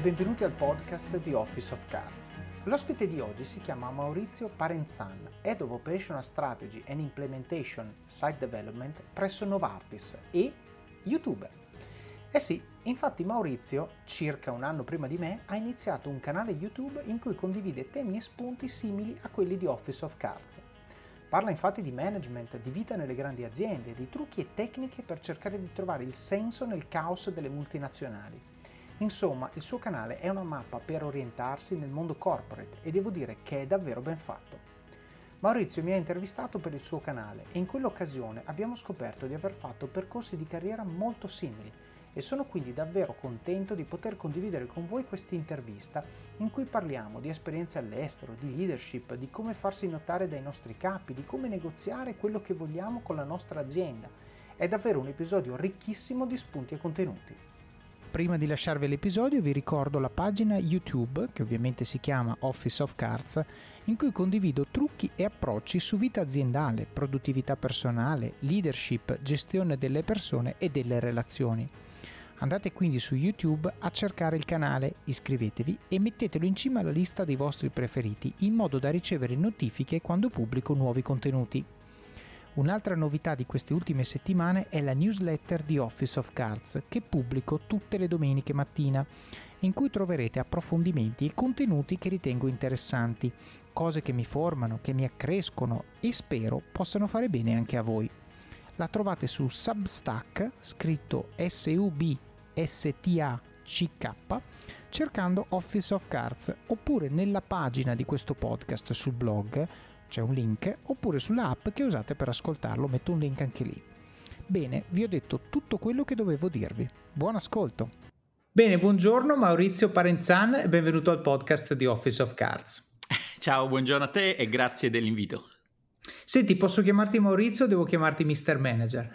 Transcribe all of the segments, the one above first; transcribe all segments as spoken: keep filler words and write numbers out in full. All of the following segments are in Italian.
benvenuti al podcast di Office of Cards. L'ospite di oggi si chiama Maurizio Parenzan, Head of Operational Strategy and Implementation Site Development presso Novartis e YouTuber. Eh sì, infatti Maurizio, circa un anno prima di me, ha iniziato un canale YouTube in cui condivide temi e spunti simili a quelli di Office of Cards. Parla infatti di management, di vita nelle grandi aziende, di trucchi e tecniche per cercare di trovare il senso nel caos delle multinazionali. Insomma, il suo canale è una mappa per orientarsi nel mondo corporate e devo dire che è davvero ben fatto. Maurizio mi ha intervistato per il suo canale e in quell'occasione abbiamo scoperto di aver fatto percorsi di carriera molto simili e sono quindi davvero contento di poter condividere con voi questa intervista in cui parliamo di esperienze all'estero, di leadership, di come farsi notare dai nostri capi, di come negoziare quello che vogliamo con la nostra azienda. È davvero un episodio ricchissimo di spunti e contenuti. Prima di lasciarvi l'episodio vi ricordo la pagina YouTube, che ovviamente si chiama Office of Cards, in cui condivido trucchi e approcci su vita aziendale, produttività personale, leadership, gestione delle persone e delle relazioni. Andate quindi su YouTube a cercare il canale, iscrivetevi e mettetelo in cima alla lista dei vostri preferiti in modo da ricevere notifiche quando pubblico nuovi contenuti. Un'altra novità di queste ultime settimane è la newsletter di Office of Cards che pubblico tutte le domeniche mattina, in cui troverete approfondimenti e contenuti che ritengo interessanti, cose che mi formano, che mi accrescono e spero possano fare bene anche a voi. La trovate su Substack, scritto S U B S T A C K, cercando Office of Cards, oppure nella pagina di questo podcast sul blog, c'è un link, oppure sulla app che usate per ascoltarlo, metto un link anche lì. Bene, vi ho detto tutto quello che dovevo dirvi. Buon ascolto! Bene, buongiorno Maurizio Parenzan e benvenuto al podcast di Office of Cards. Ciao, buongiorno a te e grazie dell'invito. Senti, posso chiamarti Maurizio o devo chiamarti mister Manager?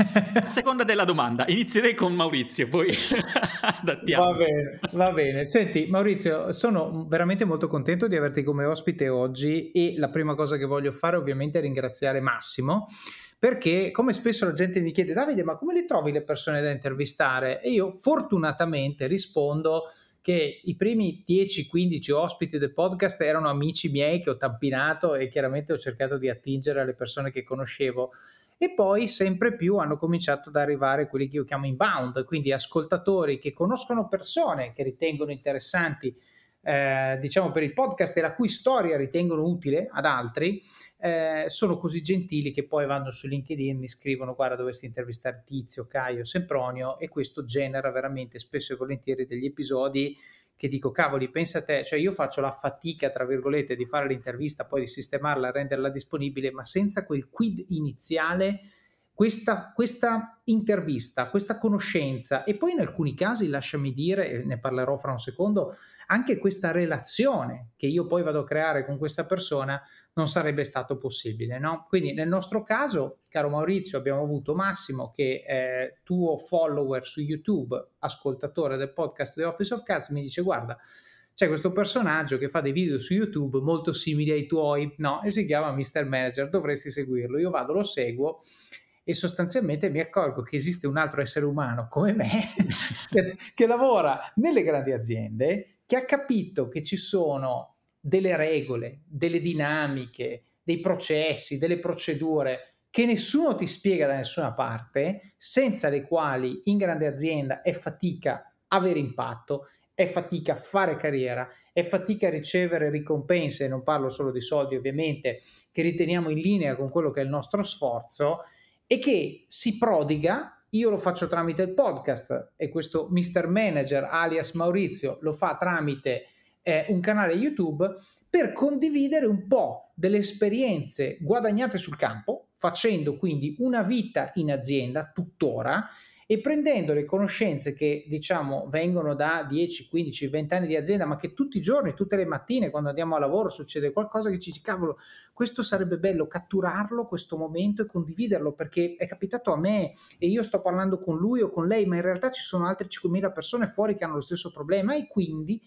A seconda della domanda, inizierei con Maurizio, poi adattiamo. Va bene, va bene. Senti Maurizio, sono veramente molto contento di averti come ospite oggi e la prima cosa che voglio fare ovviamente è ringraziare Massimo, perché come spesso la gente mi chiede: Davide, ma come le trovi le persone da intervistare? E io fortunatamente rispondo che i primi dieci quindici ospiti del podcast erano amici miei che ho tampinato e chiaramente ho cercato di attingere alle persone che conoscevo, e poi sempre più hanno cominciato ad arrivare quelli che io chiamo inbound, quindi ascoltatori che conoscono persone che ritengono interessanti eh, diciamo per il podcast e la cui storia ritengono utile ad altri. Eh, sono così gentili che poi vanno su LinkedIn, mi scrivono: guarda, dovresti intervistare Tizio, Caio, Sempronio, e questo genera veramente spesso e volentieri degli episodi che dico: cavoli, pensa a te, cioè io faccio la fatica tra virgolette di fare l'intervista, poi di sistemarla, renderla disponibile, ma senza quel quid iniziale questa, questa intervista, questa conoscenza e poi in alcuni casi, lasciami dire, e ne parlerò fra un secondo, anche questa relazione che io poi vado a creare con questa persona non sarebbe stato possibile, no? Quindi nel nostro caso, caro Maurizio, abbiamo avuto Massimo che è tuo follower su YouTube, ascoltatore del podcast The Office of Cards, mi dice: guarda, c'è questo personaggio che fa dei video su YouTube molto simili ai tuoi, no? E si chiama mister Manager, dovresti seguirlo. Io vado, lo seguo e sostanzialmente mi accorgo che esiste un altro essere umano come me che, che lavora nelle grandi aziende, che ha capito che ci sono delle regole, delle dinamiche, dei processi, delle procedure che nessuno ti spiega da nessuna parte, senza le quali in grande azienda è fatica avere impatto, è fatica fare carriera, è fatica ricevere ricompense, non parlo solo di soldi ovviamente, che riteniamo in linea con quello che è il nostro sforzo, e che si prodiga. Io lo faccio tramite il podcast e questo mister Manager alias Maurizio lo fa tramite eh, un canale YouTube, per condividere un po' delle esperienze guadagnate sul campo, facendo quindi una vita in azienda tuttora e prendendo le conoscenze che diciamo vengono da dieci, quindici, venti anni di azienda, ma che tutti i giorni, tutte le mattine quando andiamo a lavoro succede qualcosa che ci dice: cavolo, questo sarebbe bello catturarlo, questo momento, e condividerlo, perché è capitato a me e io sto parlando con lui o con lei, ma in realtà ci sono altre cinquemila persone fuori che hanno lo stesso problema. E quindi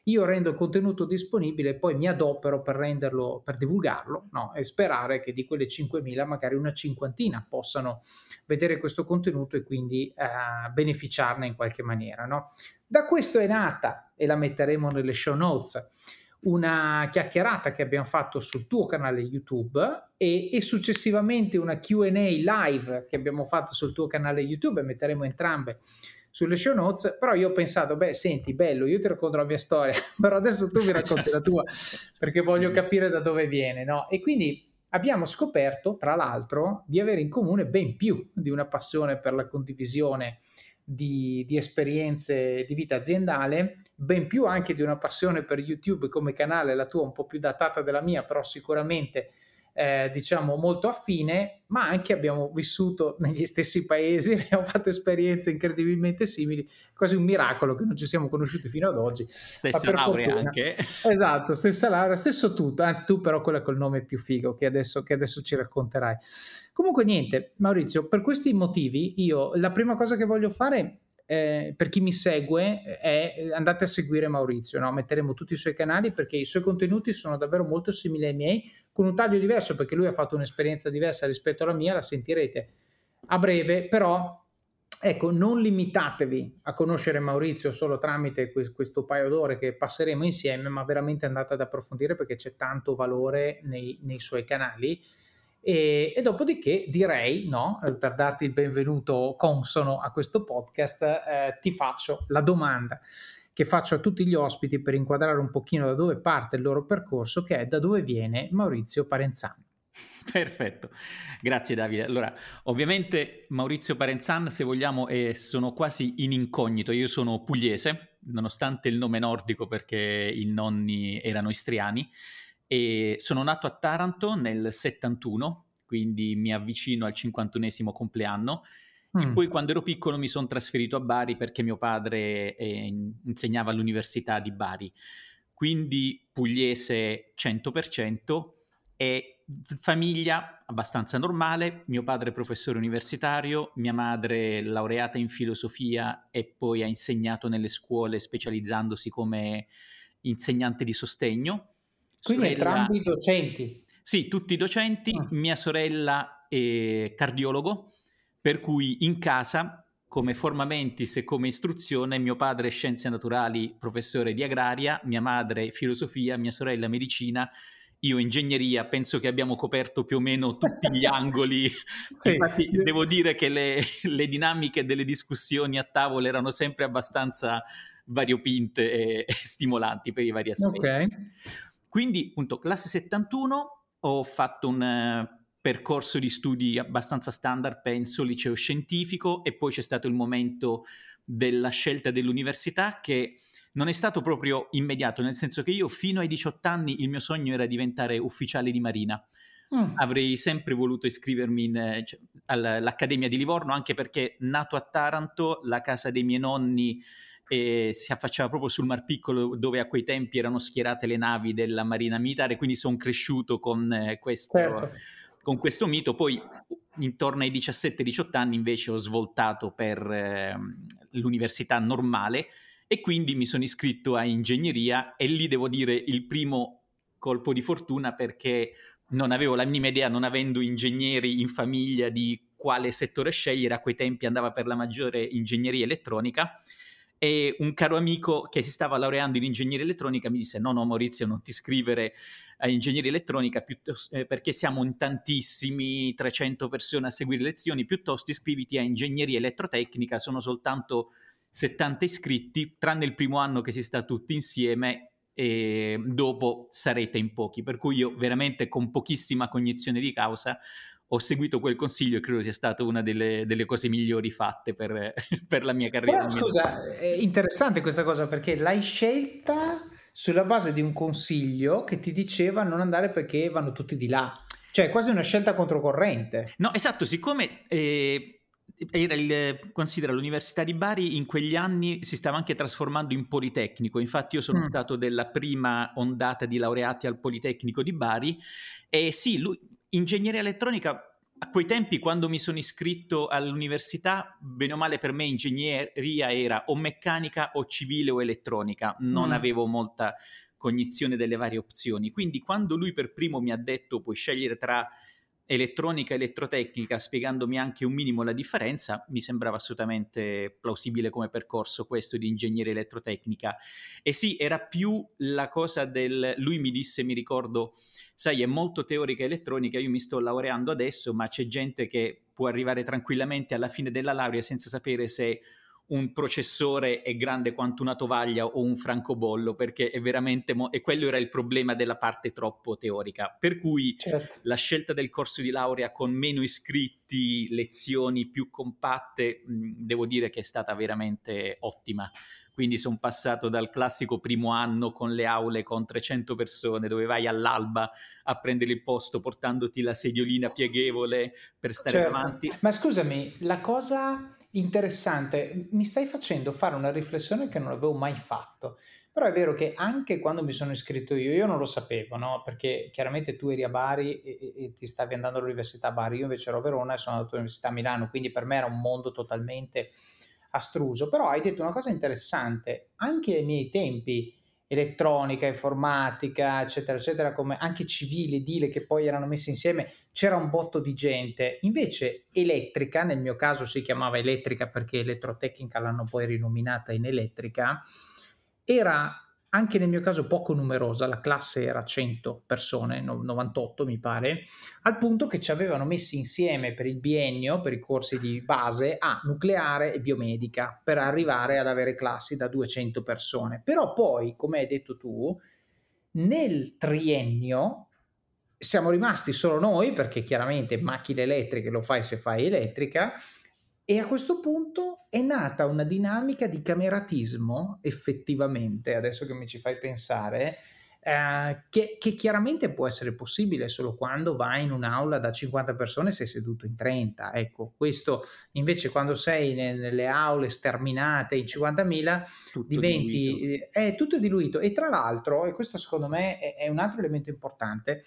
io rendo il contenuto disponibile e poi mi adopero per renderlo, per divulgarlo, no? E sperare che di quelle cinquemila magari una cinquantina possano vedere questo contenuto e quindi eh, beneficiarne in qualche maniera, no? Da questo è nata, e la metteremo nelle show notes, una chiacchierata che abbiamo fatto sul tuo canale YouTube e, e successivamente una Q and A live che abbiamo fatto sul tuo canale YouTube, e metteremo entrambe sulle show notes. Però io ho pensato, beh, senti, bello, io ti racconto la mia storia, però adesso tu mi racconti la tua, perché voglio capire da dove viene, no? E quindi abbiamo scoperto, tra l'altro, di avere in comune ben più di una passione per la condivisione di, di esperienze di vita aziendale, ben più anche di una passione per YouTube come canale, la tua un po' più datata della mia, però sicuramente eh, diciamo molto affine, ma anche abbiamo vissuto negli stessi paesi, abbiamo fatto esperienze incredibilmente simili, quasi un miracolo che non ci siamo conosciuti fino ad oggi. Stessa Ma per laurea fortuna, anche. esatto, stessa laurea, stesso tutto, anzi tu però quella col nome più figo che adesso, che adesso ci racconterai. Comunque niente, Maurizio, per questi motivi io la prima cosa che voglio fare, eh, per chi mi segue, è andate a seguire Maurizio, no? Metteremo tutti i suoi canali perché i suoi contenuti sono davvero molto simili ai miei, con un taglio diverso perché lui ha fatto un'esperienza diversa rispetto alla mia, la sentirete a breve, però ecco, non limitatevi a conoscere Maurizio solo tramite questo paio d'ore che passeremo insieme, ma veramente andate ad approfondire perché c'è tanto valore nei, nei suoi canali. E, e dopodiché direi, no, per darti il benvenuto consono a questo podcast, eh, ti faccio la domanda che faccio a tutti gli ospiti per inquadrare un pochino da dove parte il loro percorso, che è: da dove viene Maurizio Parenzan? Perfetto, grazie Davide. Allora, ovviamente Maurizio Parenzan, se vogliamo, è, sono quasi in incognito. Io sono pugliese, nonostante il nome nordico perché i nonni erano istriani, e sono nato a Taranto nel settantuno, quindi mi avvicino al cinquantunesimo compleanno. E Mm. poi quando ero piccolo mi sono trasferito a Bari perché mio padre eh, insegnava all'Università di Bari. Quindi pugliese cento per cento e famiglia abbastanza normale. Mio padre è professore universitario, mia madre laureata in filosofia e poi ha insegnato nelle scuole specializzandosi come insegnante di sostegno. Quindi Sorella, entrambi docenti. sì, tutti docenti, Mm. mia sorella è cardiologo, per cui in casa, come forma mentis e come istruzione, mio padre scienze naturali, professore di agraria, mia madre filosofia, mia sorella medicina, io ingegneria. Penso che abbiamo coperto più o meno tutti gli angoli. Sì. Infatti devo dire che le, le dinamiche delle discussioni a tavola erano sempre abbastanza variopinte e, e stimolanti per i vari Ok. aspetti. Quindi, appunto, classe settantuno, ho fatto un uh, percorso di studi abbastanza standard, penso, liceo scientifico, e poi c'è stato il momento della scelta dell'università che non è stato proprio immediato, nel senso che io fino ai diciotto anni il mio sogno era diventare ufficiale di marina. Mm. Avrei sempre voluto iscrivermi in, cioè, all'Accademia di Livorno, anche perché nato a Taranto, la casa dei miei nonni e si affacciava proprio sul Mar Piccolo, dove a quei tempi erano schierate le navi della Marina Militare, quindi sono cresciuto con, eh, questo, Certo. con questo mito. Poi intorno ai diciassette diciotto anni invece ho svoltato per eh, l'università normale e quindi mi sono iscritto a ingegneria, e lì devo dire il primo colpo di fortuna, perché non avevo la minima idea, non avendo ingegneri in famiglia, di quale settore scegliere. A quei tempi andava per la maggiore ingegneria elettronica, e un caro amico che si stava laureando in ingegneria elettronica mi disse: no no Maurizio, non ti iscrivere a ingegneria elettronica piuttosto, eh, perché siamo in tantissimi, trecento persone a seguire lezioni, piuttosto iscriviti a ingegneria elettrotecnica, sono soltanto settanta iscritti, tranne il primo anno che si sta tutti insieme, e dopo sarete in pochi. Per cui io veramente, con pochissima cognizione di causa, ho seguito quel consiglio e credo sia stata una delle, delle cose migliori fatte per, per la mia carriera. Però scusa, è interessante questa cosa perché l'hai scelta sulla base di un consiglio che ti diceva non andare perché vanno tutti di là. Cioè, è quasi una scelta controcorrente. No, esatto, siccome eh, era il, considera, l'Università di Bari in quegli anni si stava anche trasformando in Politecnico. Infatti io sono Mm. stato della prima ondata di laureati al Politecnico di Bari, e sì, lui, ingegneria elettronica a quei tempi, quando mi sono iscritto all'università, bene o male per me ingegneria era o meccanica o civile o elettronica, non Mm. avevo molta cognizione delle varie opzioni. Quindi quando lui per primo mi ha detto puoi scegliere tra elettronica e elettrotecnica, spiegandomi anche un minimo la differenza, mi sembrava assolutamente plausibile come percorso questo di ingegneria elettrotecnica. E sì, era più la cosa del... Lui mi disse, mi ricordo, sai, è molto teorica elettronica, io mi sto laureando adesso, ma c'è gente che può arrivare tranquillamente alla fine della laurea senza sapere se un processore è grande quanto una tovaglia o un francobollo, perché è veramente... Mo- e quello era il problema della parte troppo teorica. Per cui Certo. la scelta del corso di laurea con meno iscritti, lezioni più compatte, mh, devo dire che è stata veramente ottima. Quindi sono passato dal classico primo anno con le aule con trecento persone, dove vai all'alba a prendere il posto portandoti la sediolina pieghevole per stare Certo, davanti. ma scusami, la cosa interessante, mi stai facendo fare una riflessione che non avevo mai fatto, però è vero che anche quando mi sono iscritto io, io non lo sapevo, no? Perché chiaramente tu eri a Bari e, e- e ti stavi andando all'università a Bari, io invece ero a Verona e sono andato all'università a Milano, quindi per me era un mondo totalmente astruso, però hai detto una cosa interessante, anche ai miei tempi, elettronica, informatica, eccetera, eccetera, come anche civile, edile, che poi erano messi insieme, c'era un botto di gente. Invece elettrica, nel mio caso si chiamava elettrica perché elettrotecnica l'hanno poi rinominata in elettrica, era anche nel mio caso poco numerosa, la classe era cento persone, no- novantotto mi pare, al punto che ci avevano messi insieme per il biennio, per i corsi di base, a nucleare e biomedica, per arrivare ad avere classi da duecento persone. Però poi, come hai detto tu, nel triennio siamo rimasti solo noi, perché chiaramente macchine elettriche lo fai se fai elettrica, e a questo punto è nata una dinamica di cameratismo, effettivamente, adesso che mi ci fai pensare, eh, che, che chiaramente può essere possibile solo quando vai in un'aula da cinquanta persone e sei seduto in trenta. Ecco, questo invece quando sei ne- nelle aule sterminate in cinquantamila Tutto diluito. diventi, eh, è tutto diluito. E tra l'altro, e questo secondo me è, è un altro elemento importante,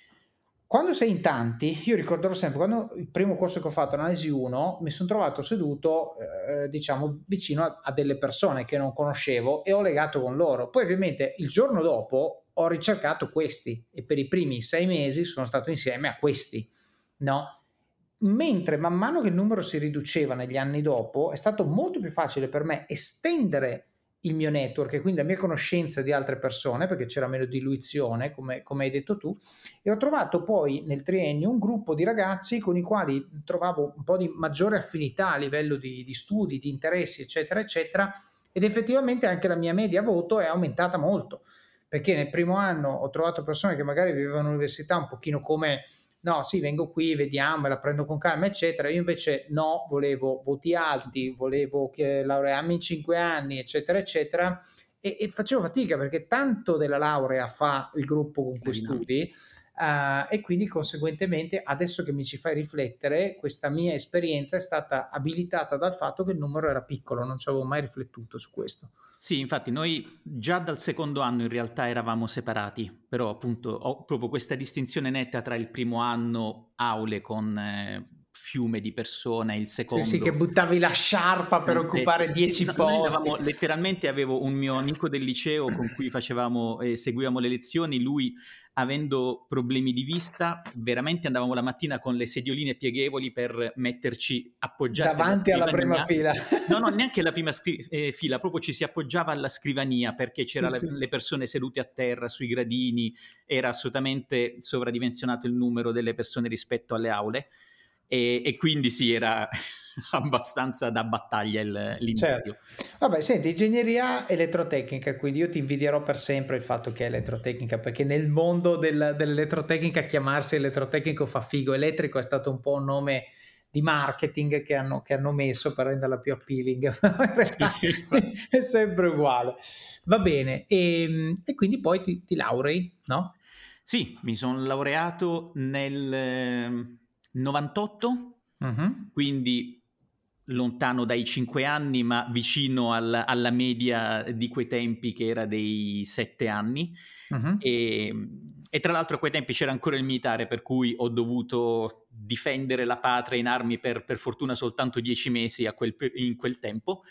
quando sei in tanti, io ricorderò sempre, quando il primo corso che ho fatto, analisi uno, mi sono trovato seduto, eh, diciamo, vicino a, a delle persone che non conoscevo e ho legato con loro. Poi ovviamente il giorno dopo ho ricercato questi e per i primi sei mesi sono stato insieme a questi, no? Mentre man mano che il numero si riduceva negli anni dopo, è stato molto più facile per me estendere il mio network e quindi la mia conoscenza di altre persone, perché c'era meno diluizione, come, come hai detto tu, e ho trovato poi nel triennio un gruppo di ragazzi con i quali trovavo un po' di maggiore affinità a livello di, di studi, di interessi, eccetera, eccetera, ed effettivamente anche la mia media voto è aumentata molto, perché nel primo anno ho trovato persone che magari vivevano all'università un pochino come no, sì, vengo qui, vediamo, me la prendo con calma, eccetera. Io invece no, volevo voti alti, volevo che laurearmi in cinque anni, eccetera, eccetera. E, e facevo fatica perché tanto della laurea fa il gruppo con La cui dinamica. studi, eh, e quindi conseguentemente, adesso che mi ci fai riflettere, questa mia esperienza è stata abilitata dal fatto che il numero era piccolo, non ci avevo mai riflettuto su questo. Sì, infatti noi già dal secondo anno in realtà eravamo separati, però appunto ho proprio questa distinzione netta tra il primo anno aule con eh, fiume di persone, il Sì, sì, che secondo buttavi la sciarpa per stanzetti. occupare Sì, dieci no, noi posti. andavamo letteralmente, avevo un mio amico del liceo con cui facevamo e seguivamo le lezioni, lui avendo problemi di vista, veramente andavamo la mattina con le sedioline pieghevoli per metterci appoggiati alla Davanti alla prima scrivania. fila. No, no, neanche la prima scri- eh, fila, proprio ci si appoggiava alla scrivania perché Sì, c'erano le, sì. le persone sedute a terra, sui gradini, era assolutamente sovradimensionato il numero delle persone rispetto alle aule e, e quindi sì, era abbastanza da battaglia il- Certo. l'inizio. Vabbè, senti, ingegneria elettrotecnica, quindi io ti invidierò per sempre il fatto che è elettrotecnica, perché nel mondo del- dell'elettrotecnica chiamarsi elettrotecnico fa figo, elettrico è stato un po' un nome di marketing che hanno, che hanno messo per renderla più appealing, ma in realtà è sempre uguale. Va bene, e, e quindi poi ti, ti laurei, no? Sì, mi sono laureato nel ehm, novantotto, Mhm, quindi lontano dai cinque anni, ma vicino al- alla media di quei tempi che era dei sette anni. mhm. E e tra l'altro a quei tempi c'era ancora il militare, per cui ho dovuto difendere la patria in armi per, per fortuna soltanto dieci mesi a quel, in quel tempo.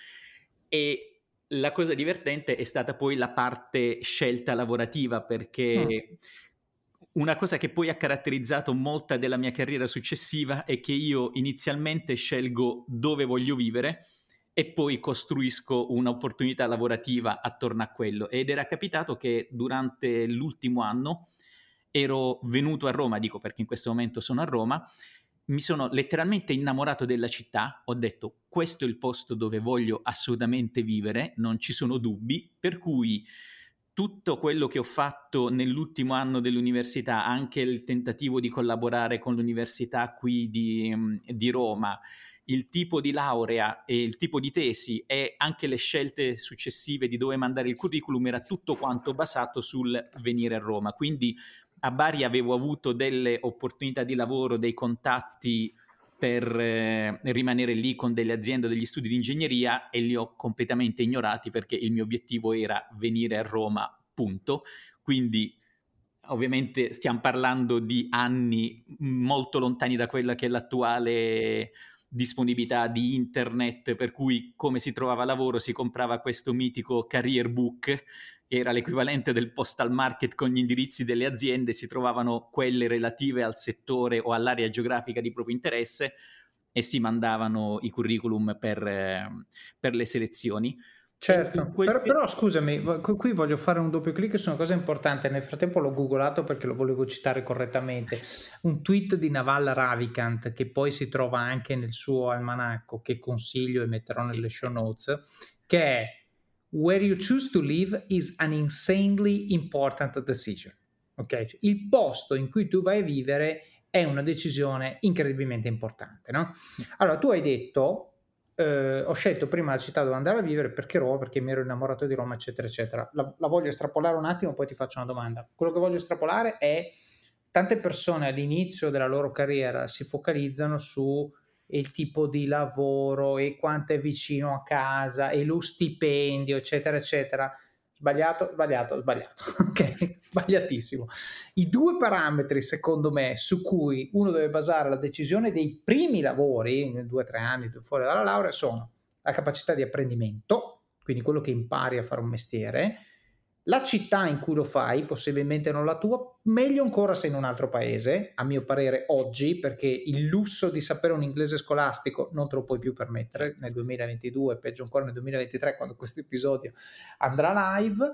E la cosa divertente è stata poi la parte scelta lavorativa, perché mm. una cosa che poi ha caratterizzato molta della mia carriera successiva è che io inizialmente scelgo dove voglio vivere e poi costruisco un'opportunità lavorativa attorno a quello. Ed era capitato che durante l'ultimo anno ero venuto a Roma, dico perché in questo momento sono a Roma, mi sono letteralmente innamorato della città, ho detto questo è il posto dove voglio assolutamente vivere, non ci sono dubbi, per cui tutto quello che ho fatto nell'ultimo anno dell'università, anche il tentativo di collaborare con l'università qui di, di Roma, il tipo di laurea e il tipo di tesi e anche le scelte successive di dove mandare il curriculum, era tutto quanto basato sul venire a Roma. Quindi a Bari avevo avuto delle opportunità di lavoro, dei contatti per eh, rimanere lì con delle aziende, degli studi di ingegneria, e li ho completamente ignorati perché il mio obiettivo era venire a Roma, punto. Quindi ovviamente stiamo parlando di anni molto lontani da quella che è l'attuale disponibilità di internet, per cui come si trovava lavoro si comprava questo mitico career book, che era l'equivalente del postal market con gli indirizzi delle aziende, si trovavano quelle relative al settore o all'area geografica di proprio interesse e si mandavano i curriculum per, eh, per le selezioni. E in Certo, quel però, periodo... però scusami, qui voglio fare un doppio clic su una cosa importante. Nel frattempo l'ho googolato perché lo volevo citare correttamente. Un tweet di Naval Ravikant, che poi si trova anche nel suo almanacco, che consiglio e metterò Sì. nelle show notes, che è "Where you choose to live is an insanely important decision". Ok? Il posto in cui tu vai a vivere è una decisione incredibilmente importante, no? Allora, tu hai detto eh, ho scelto prima la città dove andare a vivere perché Roma, perché mi ero innamorato di Roma, eccetera, eccetera. La, la voglio estrapolare un attimo, poi ti faccio una domanda. Quello che voglio estrapolare è: tante persone all'inizio della loro carriera si focalizzano su il tipo di lavoro e quanto è vicino a casa e lo stipendio, eccetera, eccetera. Sbagliato, sbagliato, sbagliato. Ok, sbagliatissimo. I due parametri, secondo me, su cui uno deve basare la decisione dei primi lavori, due o tre anni fuori dalla laurea, sono la capacità di apprendimento, quindi quello che impari a fare un mestiere, la città in cui lo fai, possibilmente non la tua, meglio ancora se in un altro paese, a mio parere oggi, perché il lusso di sapere un inglese scolastico non te lo puoi più permettere nel duemilaventidue, peggio ancora nel duemilaventitré, quando questo episodio andrà live.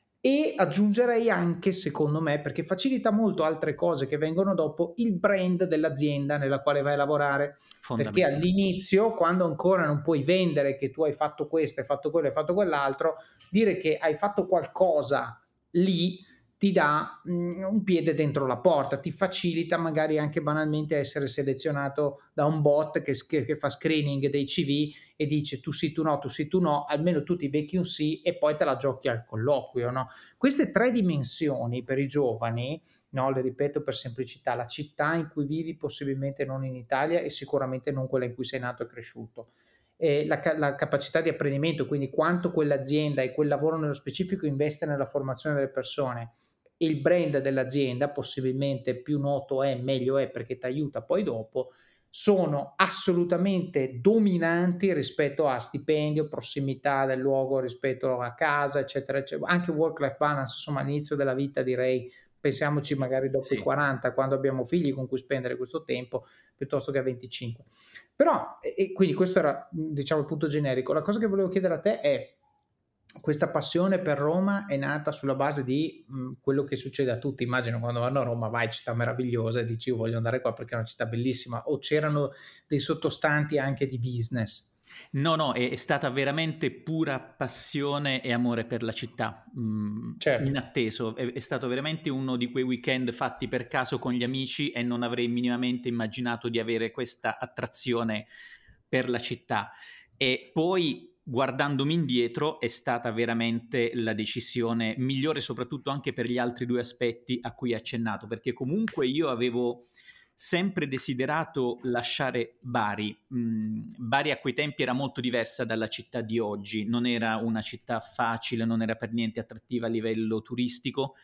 E aggiungerei anche, secondo me, perché facilita molto altre cose che vengono dopo, il brand dell'azienda nella quale vai a lavorare, perché all'inizio, quando ancora non puoi vendere che tu hai fatto questo, hai fatto quello, hai fatto quell'altro, dire che hai fatto qualcosa lì ti dà mh, un piede dentro la porta, ti facilita magari anche banalmente essere selezionato da un bot che, che fa screening dei C V e dice tu sì, tu no, tu sì, tu no, almeno tu ti becchi un sì e poi te la giochi al colloquio, no? Queste tre dimensioni per i giovani, no, le ripeto per semplicità: la città in cui vivi, possibilmente non in Italia e sicuramente non quella in cui sei nato e cresciuto, e la, la capacità di apprendimento, quindi quanto quell'azienda e quel lavoro nello specifico investe nella formazione delle persone, il brand dell'azienda, possibilmente più noto è meglio è perché ti aiuta poi dopo, sono assolutamente dominanti rispetto a stipendio, prossimità del luogo rispetto a casa, eccetera, eccetera. Anche work-life balance, insomma, all'inizio della vita direi, pensiamoci magari dopo Sì. i quaranta, quando abbiamo figli con cui spendere questo tempo, piuttosto che a venticinque. Però, e quindi questo era, diciamo, il punto generico. La cosa che volevo chiedere a te è: questa passione per Roma è nata sulla base di mh, quello che succede a tutti, immagino, quando vanno a Roma, vai, città meravigliosa, e dici io voglio andare qua perché è una città bellissima, o c'erano dei sottostanti anche di business? No, no, è, è stata veramente pura passione e amore per la città, mm, Certo. inatteso. È, è stato veramente uno di quei weekend fatti per caso con gli amici e non avrei minimamente immaginato di avere questa attrazione per la città. E poi, guardandomi indietro, è stata veramente la decisione migliore, soprattutto anche per gli altri due aspetti a cui hai accennato, perché comunque io avevo sempre desiderato lasciare Bari. Mm, Bari a quei tempi era molto diversa dalla città di oggi, non era una città facile, non era per niente attrattiva a livello turistico,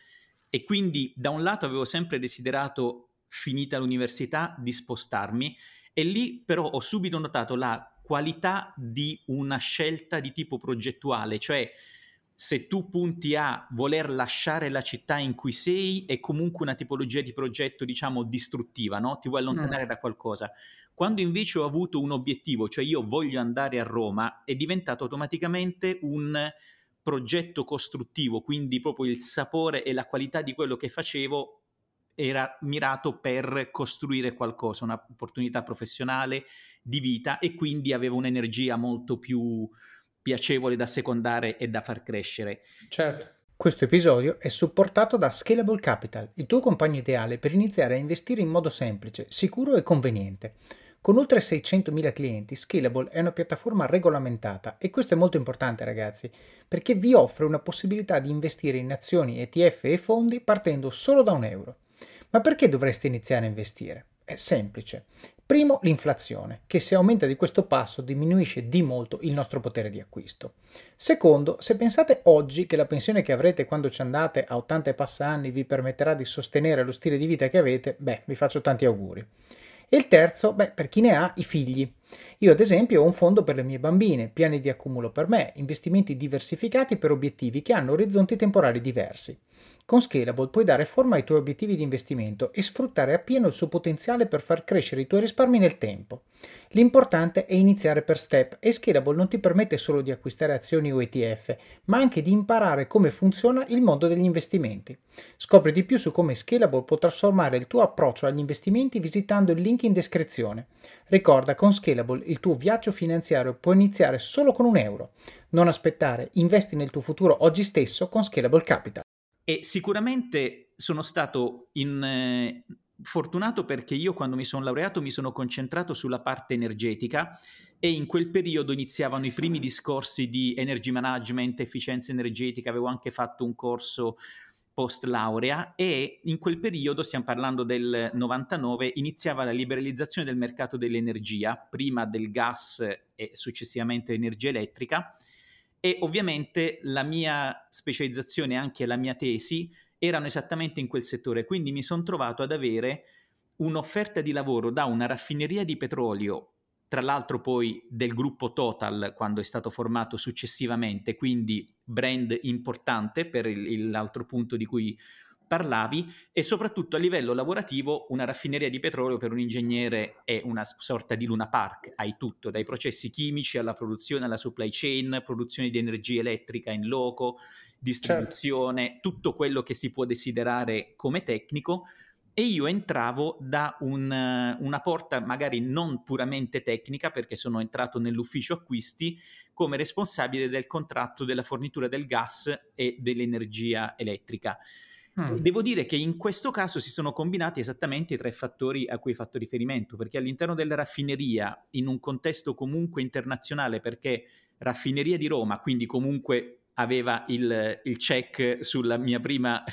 e quindi da un lato avevo sempre desiderato, finita l'università, di spostarmi, e lì però ho subito notato la qualità di una scelta di tipo progettuale, cioè se tu punti a voler lasciare la città in cui sei, è comunque una tipologia di progetto, diciamo, distruttiva, no? Ti vuoi allontanare Mm. da qualcosa. Quando invece ho avuto un obiettivo, cioè io voglio andare a Roma, è diventato automaticamente un progetto costruttivo, quindi proprio il sapore e la qualità di quello che facevo era mirato per costruire qualcosa, un'opportunità professionale, di vita, e quindi avevo un'energia molto più piacevole da secondare e da far crescere. Certo. Questo episodio è supportato da Scalable Capital, il tuo compagno ideale per iniziare a investire in modo semplice, sicuro e conveniente. Con oltre seicentomila clienti, Scalable è una piattaforma regolamentata e questo è molto importante, ragazzi, perché vi offre una possibilità di investire in azioni, E T F e fondi partendo solo da un euro. Ma perché dovreste iniziare a investire? È semplice. Primo, l'inflazione, che se aumenta di questo passo diminuisce di molto il nostro potere di acquisto. Secondo, se pensate oggi che la pensione che avrete quando ci andate a ottanta e passa anni vi permetterà di sostenere lo stile di vita che avete, beh, vi faccio tanti auguri. E il terzo, beh, per chi ne ha, i figli. Io ad esempio ho un fondo per le mie bambine, piani di accumulo per me, investimenti diversificati per obiettivi che hanno orizzonti temporali diversi. Con Scalable puoi dare forma ai tuoi obiettivi di investimento e sfruttare appieno il suo potenziale per far crescere i tuoi risparmi nel tempo. L'importante è iniziare per step e Scalable non ti permette solo di acquistare azioni o E T F, ma anche di imparare come funziona il mondo degli investimenti. Scopri di più su come Scalable può trasformare il tuo approccio agli investimenti visitando il link in descrizione. Ricorda, con Scalable il tuo viaggio finanziario può iniziare solo con un euro. Non aspettare, investi nel tuo futuro oggi stesso con Scalable Capital. E sicuramente sono stato in, eh, fortunato perché io quando mi sono laureato mi sono concentrato sulla parte energetica, e in quel periodo iniziavano i primi discorsi di energy management, efficienza energetica, avevo anche fatto un corso post laurea, e in quel periodo, stiamo parlando del novantanove, iniziava la liberalizzazione del mercato dell'energia, prima del gas e successivamente l'energia elettrica. E ovviamente la mia specializzazione e anche la mia tesi erano esattamente in quel settore, quindi mi sono trovato ad avere un'offerta di lavoro da una raffineria di petrolio, tra l'altro poi del gruppo Total quando è stato formato successivamente, quindi brand importante per il, il, l'altro punto di cui parlavi, e soprattutto a livello lavorativo una raffineria di petrolio per un ingegnere è una sorta di Luna Park, hai tutto, dai processi chimici alla produzione, alla supply chain, produzione di energia elettrica in loco, Certo. distribuzione, tutto quello che si può desiderare come tecnico. E io entravo da un, una porta magari non puramente tecnica, perché sono entrato nell'ufficio acquisti come responsabile del contratto della fornitura del gas e dell'energia elettrica. E Mm. devo dire che in questo caso si sono combinati esattamente i tre fattori a cui hai fatto riferimento, perché all'interno della raffineria, in un contesto comunque internazionale, perché Raffineria di Roma, quindi comunque aveva il, il check sulla mia prima,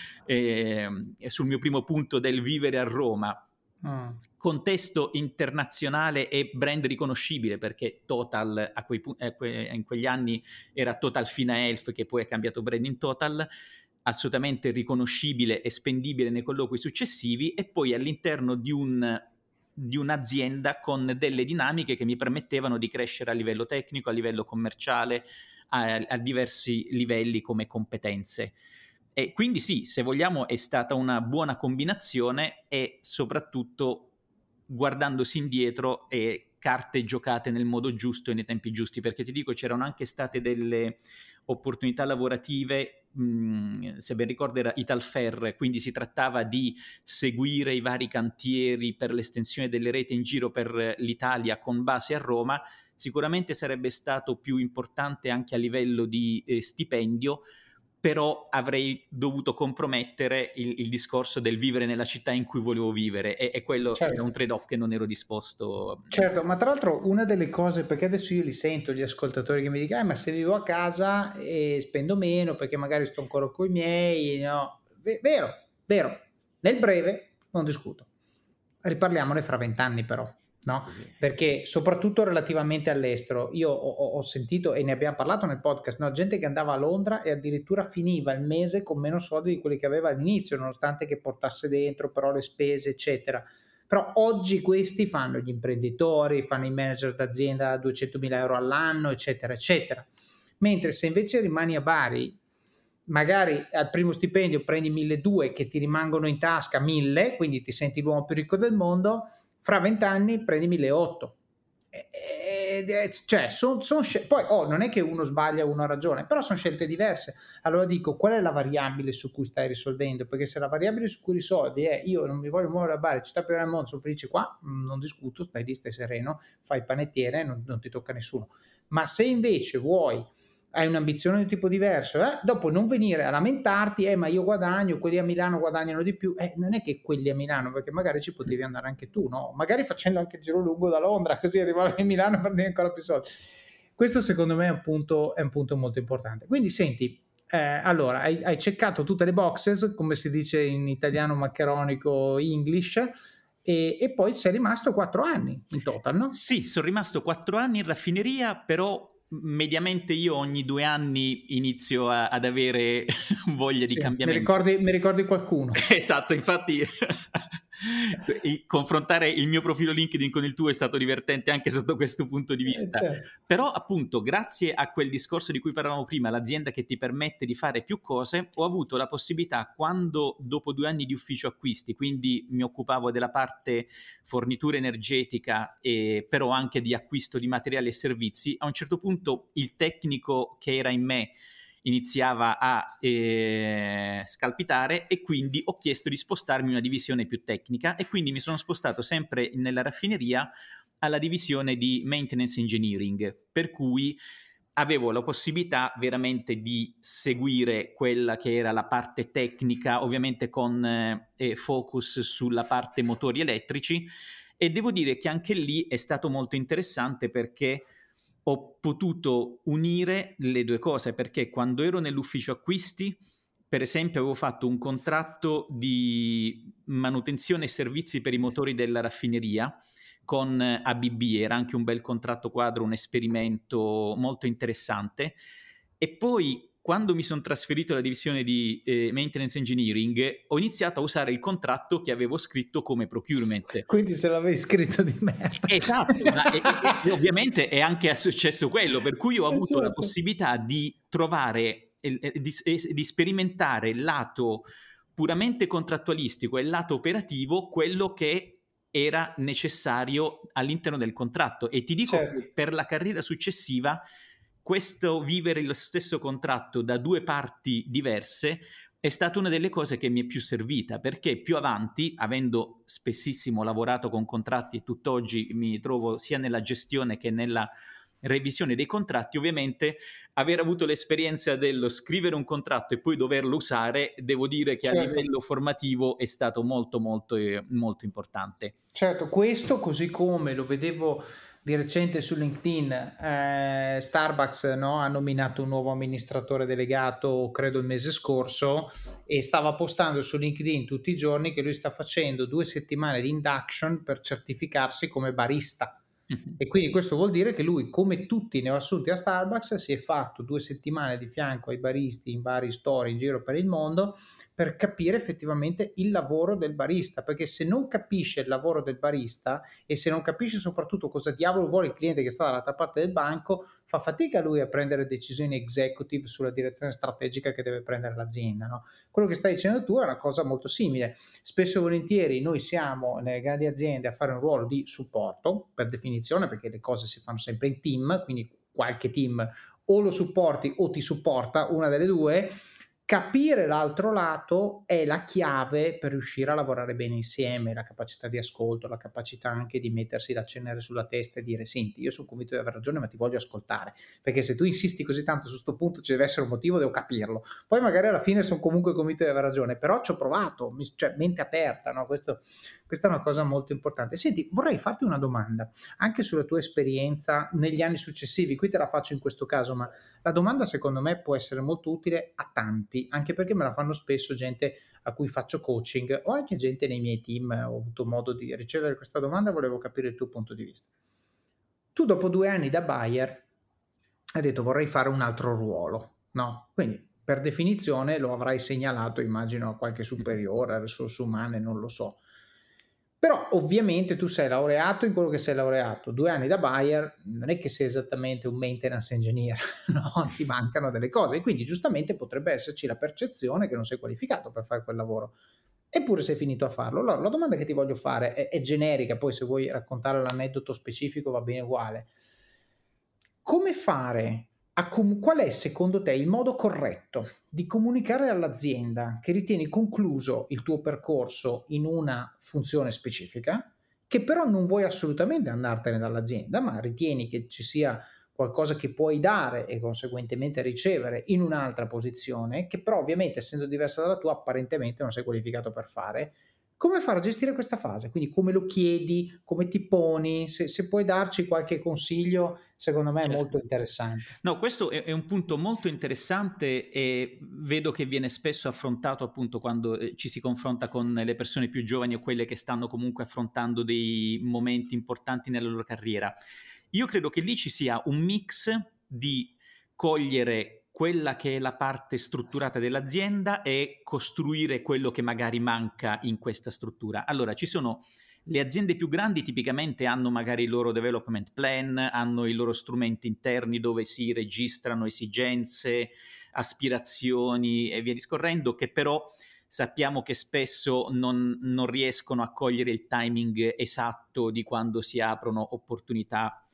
eh, sul mio primo punto del vivere a Roma, Mm. contesto internazionale e brand riconoscibile, perché Total a quei, a que, in quegli anni era Total Fina Elf, che poi ha cambiato brand in Total, assolutamente riconoscibile e spendibile nei colloqui successivi, e poi all'interno di un di un'azienda con delle dinamiche che mi permettevano di crescere a livello tecnico, a livello commerciale, a, a diversi livelli come competenze. E quindi sì, se vogliamo è stata una buona combinazione, e soprattutto guardandosi indietro e carte giocate nel modo giusto e nei tempi giusti, perché ti dico c'erano anche state delle opportunità lavorative, mh, se ben ricordo era Italferr, quindi si trattava di seguire i vari cantieri per l'estensione delle reti in giro per l'Italia con base a Roma. Sicuramente sarebbe stato più importante anche a livello di eh, stipendio, però avrei dovuto compromettere il, il discorso del vivere nella città in cui volevo vivere, e, e quello era Certo. un trade-off che non ero disposto. Certo, ma tra l'altro una delle cose, perché adesso io li sento gli ascoltatori che mi dicono, eh, ma se vivo a casa e spendo meno perché magari sto ancora con i miei, no? V- vero, vero, nel breve non discuto. Riparliamone fra vent'anni però. no? Sì. Perché soprattutto relativamente all'estero, io ho, ho sentito e ne abbiamo parlato nel podcast, no? Gente che andava a Londra e addirittura finiva il mese con meno soldi di quelli che aveva all'inizio, nonostante che portasse dentro però le spese, eccetera. Però oggi questi fanno gli imprenditori, fanno i manager d'azienda a duecentomila euro all'anno, eccetera, eccetera. Mentre se invece rimani a Bari, magari al primo stipendio prendi milleduecento che ti rimangono in tasca mille, quindi ti senti l'uomo più ricco del mondo, fra vent'anni prendi milleottocento. E, e, cioè, son, son scel- poi oh, non è che uno sbaglia, uno ha ragione, però sono scelte diverse. Allora dico, qual è la variabile su cui stai risolvendo? Perché se la variabile su cui risolvi è io non mi voglio muovere a Bari, città più grande del mondo, sono felice qua, non discuto, stai lì, stai sereno, fai il panettiere, non, non ti tocca nessuno. Ma se invece vuoi, hai un'ambizione di un tipo diverso, eh? Dopo non venire a lamentarti, eh, ma io guadagno, quelli a Milano guadagnano di più, eh, non è che quelli a Milano, perché magari ci potevi andare anche tu, no? Magari facendo anche il giro lungo da Londra, così arrivavi a Milano e prendevi ancora più soldi. Questo secondo me è un punto, è un punto molto importante. Quindi senti, eh, allora, hai, hai checcato tutte le boxes, come si dice in italiano maccheronico English, e, e poi sei rimasto quattro anni in total, no? Sì, sono rimasto quattro anni in raffineria, però mediamente io ogni due anni inizio a, ad avere voglia di Sì, mi cambiamento. ricordi, mi ricordi qualcuno. Esatto, infatti il, confrontare il mio profilo LinkedIn con il tuo è stato divertente anche sotto questo punto di Eh, vista. certo. Però appunto grazie a quel discorso di cui parlavamo prima, l'azienda che ti permette di fare più cose, ho avuto la possibilità quando dopo due anni di ufficio acquisti, quindi mi occupavo della parte fornitura energetica e però anche di acquisto di materiali e servizi, a un certo punto il tecnico che era in me iniziava a eh, scalpitare e quindi ho chiesto di spostarmi in una divisione più tecnica e quindi mi sono spostato sempre nella raffineria alla divisione di maintenance engineering, per cui avevo la possibilità veramente di seguire quella che era la parte tecnica, ovviamente con eh, focus sulla parte motori elettrici, e devo dire che anche lì è stato molto interessante perché ho potuto unire le due cose, perché quando ero nell'ufficio acquisti, per esempio, avevo fatto un contratto di manutenzione e servizi per i motori della raffineria con A B B, era anche un bel contratto quadro, un esperimento molto interessante. E poi, quando mi sono trasferito alla divisione di eh, maintenance engineering, ho iniziato a usare il contratto che avevo scritto come procurement. Quindi se l'avevi scritto di merda. Esatto, ma e, e, e ovviamente è anche successo quello, per cui ho Eh, avuto la certo. possibilità di trovare, e, e, di, e, di sperimentare il lato puramente contrattualistico e il lato operativo, quello che era necessario all'interno del contratto. E ti dico Certo. che per la carriera successiva, questo vivere lo stesso contratto da due parti diverse è stata una delle cose che mi è più servita, perché più avanti, avendo spessissimo lavorato con contratti e tutt'oggi mi trovo sia nella gestione che nella revisione dei contratti, ovviamente aver avuto l'esperienza dello scrivere un contratto e poi doverlo usare, devo dire che a Certo. livello formativo è stato molto molto eh, molto importante. Certo, questo così come lo vedevo di recente su LinkedIn, eh, Starbucks, no, ha nominato un nuovo amministratore delegato, credo il mese scorso, e stava postando su LinkedIn tutti i giorni che lui sta facendo due settimane di induction per certificarsi come barista. Mhm. E quindi questo vuol dire che lui, come tutti i neoassunti a Starbucks, si è fatto due settimane di fianco ai baristi in vari store in giro per il mondo per capire effettivamente il lavoro del barista, perché se non capisce il lavoro del barista e se non capisce soprattutto cosa diavolo vuole il cliente che sta dall'altra parte del banco, fa fatica lui a prendere decisioni executive sulla direzione strategica che deve prendere l'azienda, no? Quello che stai dicendo tu è una cosa molto simile. Spesso e volentieri noi siamo nelle grandi aziende a fare un ruolo di supporto, per definizione, perché le cose si fanno sempre in team, quindi qualche team o lo supporti o ti supporta, una delle due. Capire l'altro lato è la chiave per riuscire a lavorare bene insieme, la capacità di ascolto, la capacità anche di mettersi la cenere sulla testa e dire: senti, io sono convinto di aver ragione ma ti voglio ascoltare, perché se tu insisti così tanto su sto punto ci deve essere un motivo, devo capirlo, poi magari alla fine sono comunque convinto di aver ragione, però ci ho provato, cioè mente aperta, no? Questo, questa è una cosa molto importante. Senti, vorrei farti una domanda anche sulla tua esperienza negli anni successivi, qui te la faccio in questo caso, ma la domanda secondo me può essere molto utile a tanti, anche perché me la fanno spesso gente a cui faccio coaching, o anche gente nei miei team, ho avuto modo di ricevere questa domanda, volevo capire il tuo punto di vista. Tu dopo due anni da buyer hai detto vorrei fare un altro ruolo, no? Quindi per definizione lo avrai segnalato, immagino, a qualche superiore, a risorse umane, non lo so. Però ovviamente tu sei laureato in quello che sei laureato, due anni da buyer, non è che sei esattamente un maintenance engineer, no? Ti mancano delle cose e quindi giustamente potrebbe esserci la percezione che non sei qualificato per fare quel lavoro. Eppure sei finito a farlo. Allora la domanda che ti voglio fare è, è generica, poi se vuoi raccontare l'aneddoto specifico va bene uguale. Come fare a com- qual è secondo te il modo corretto di comunicare all'azienda che ritieni concluso il tuo percorso in una funzione specifica, che però non vuoi assolutamente andartene dall'azienda, ma ritieni che ci sia qualcosa che puoi dare e conseguentemente ricevere in un'altra posizione, che però ovviamente essendo diversa dalla tua apparentemente non sei qualificato per fare. Come fare a gestire questa fase? Quindi come lo chiedi, come ti poni, se, se puoi darci qualche consiglio, secondo me è molto Certo. interessante. No, questo è, è un punto molto interessante e vedo che viene spesso affrontato appunto quando eh, ci si confronta con le persone più giovani o quelle che stanno comunque affrontando dei momenti importanti nella loro carriera. Io credo che lì ci sia un mix di cogliere quella che è la parte strutturata dell'azienda e costruire quello che magari manca in questa struttura. Allora, ci sono le aziende più grandi tipicamente hanno magari il loro development plan, hanno i loro strumenti interni dove si registrano esigenze, aspirazioni e via discorrendo, che però sappiamo che spesso non, non riescono a cogliere il timing esatto di quando si aprono opportunità.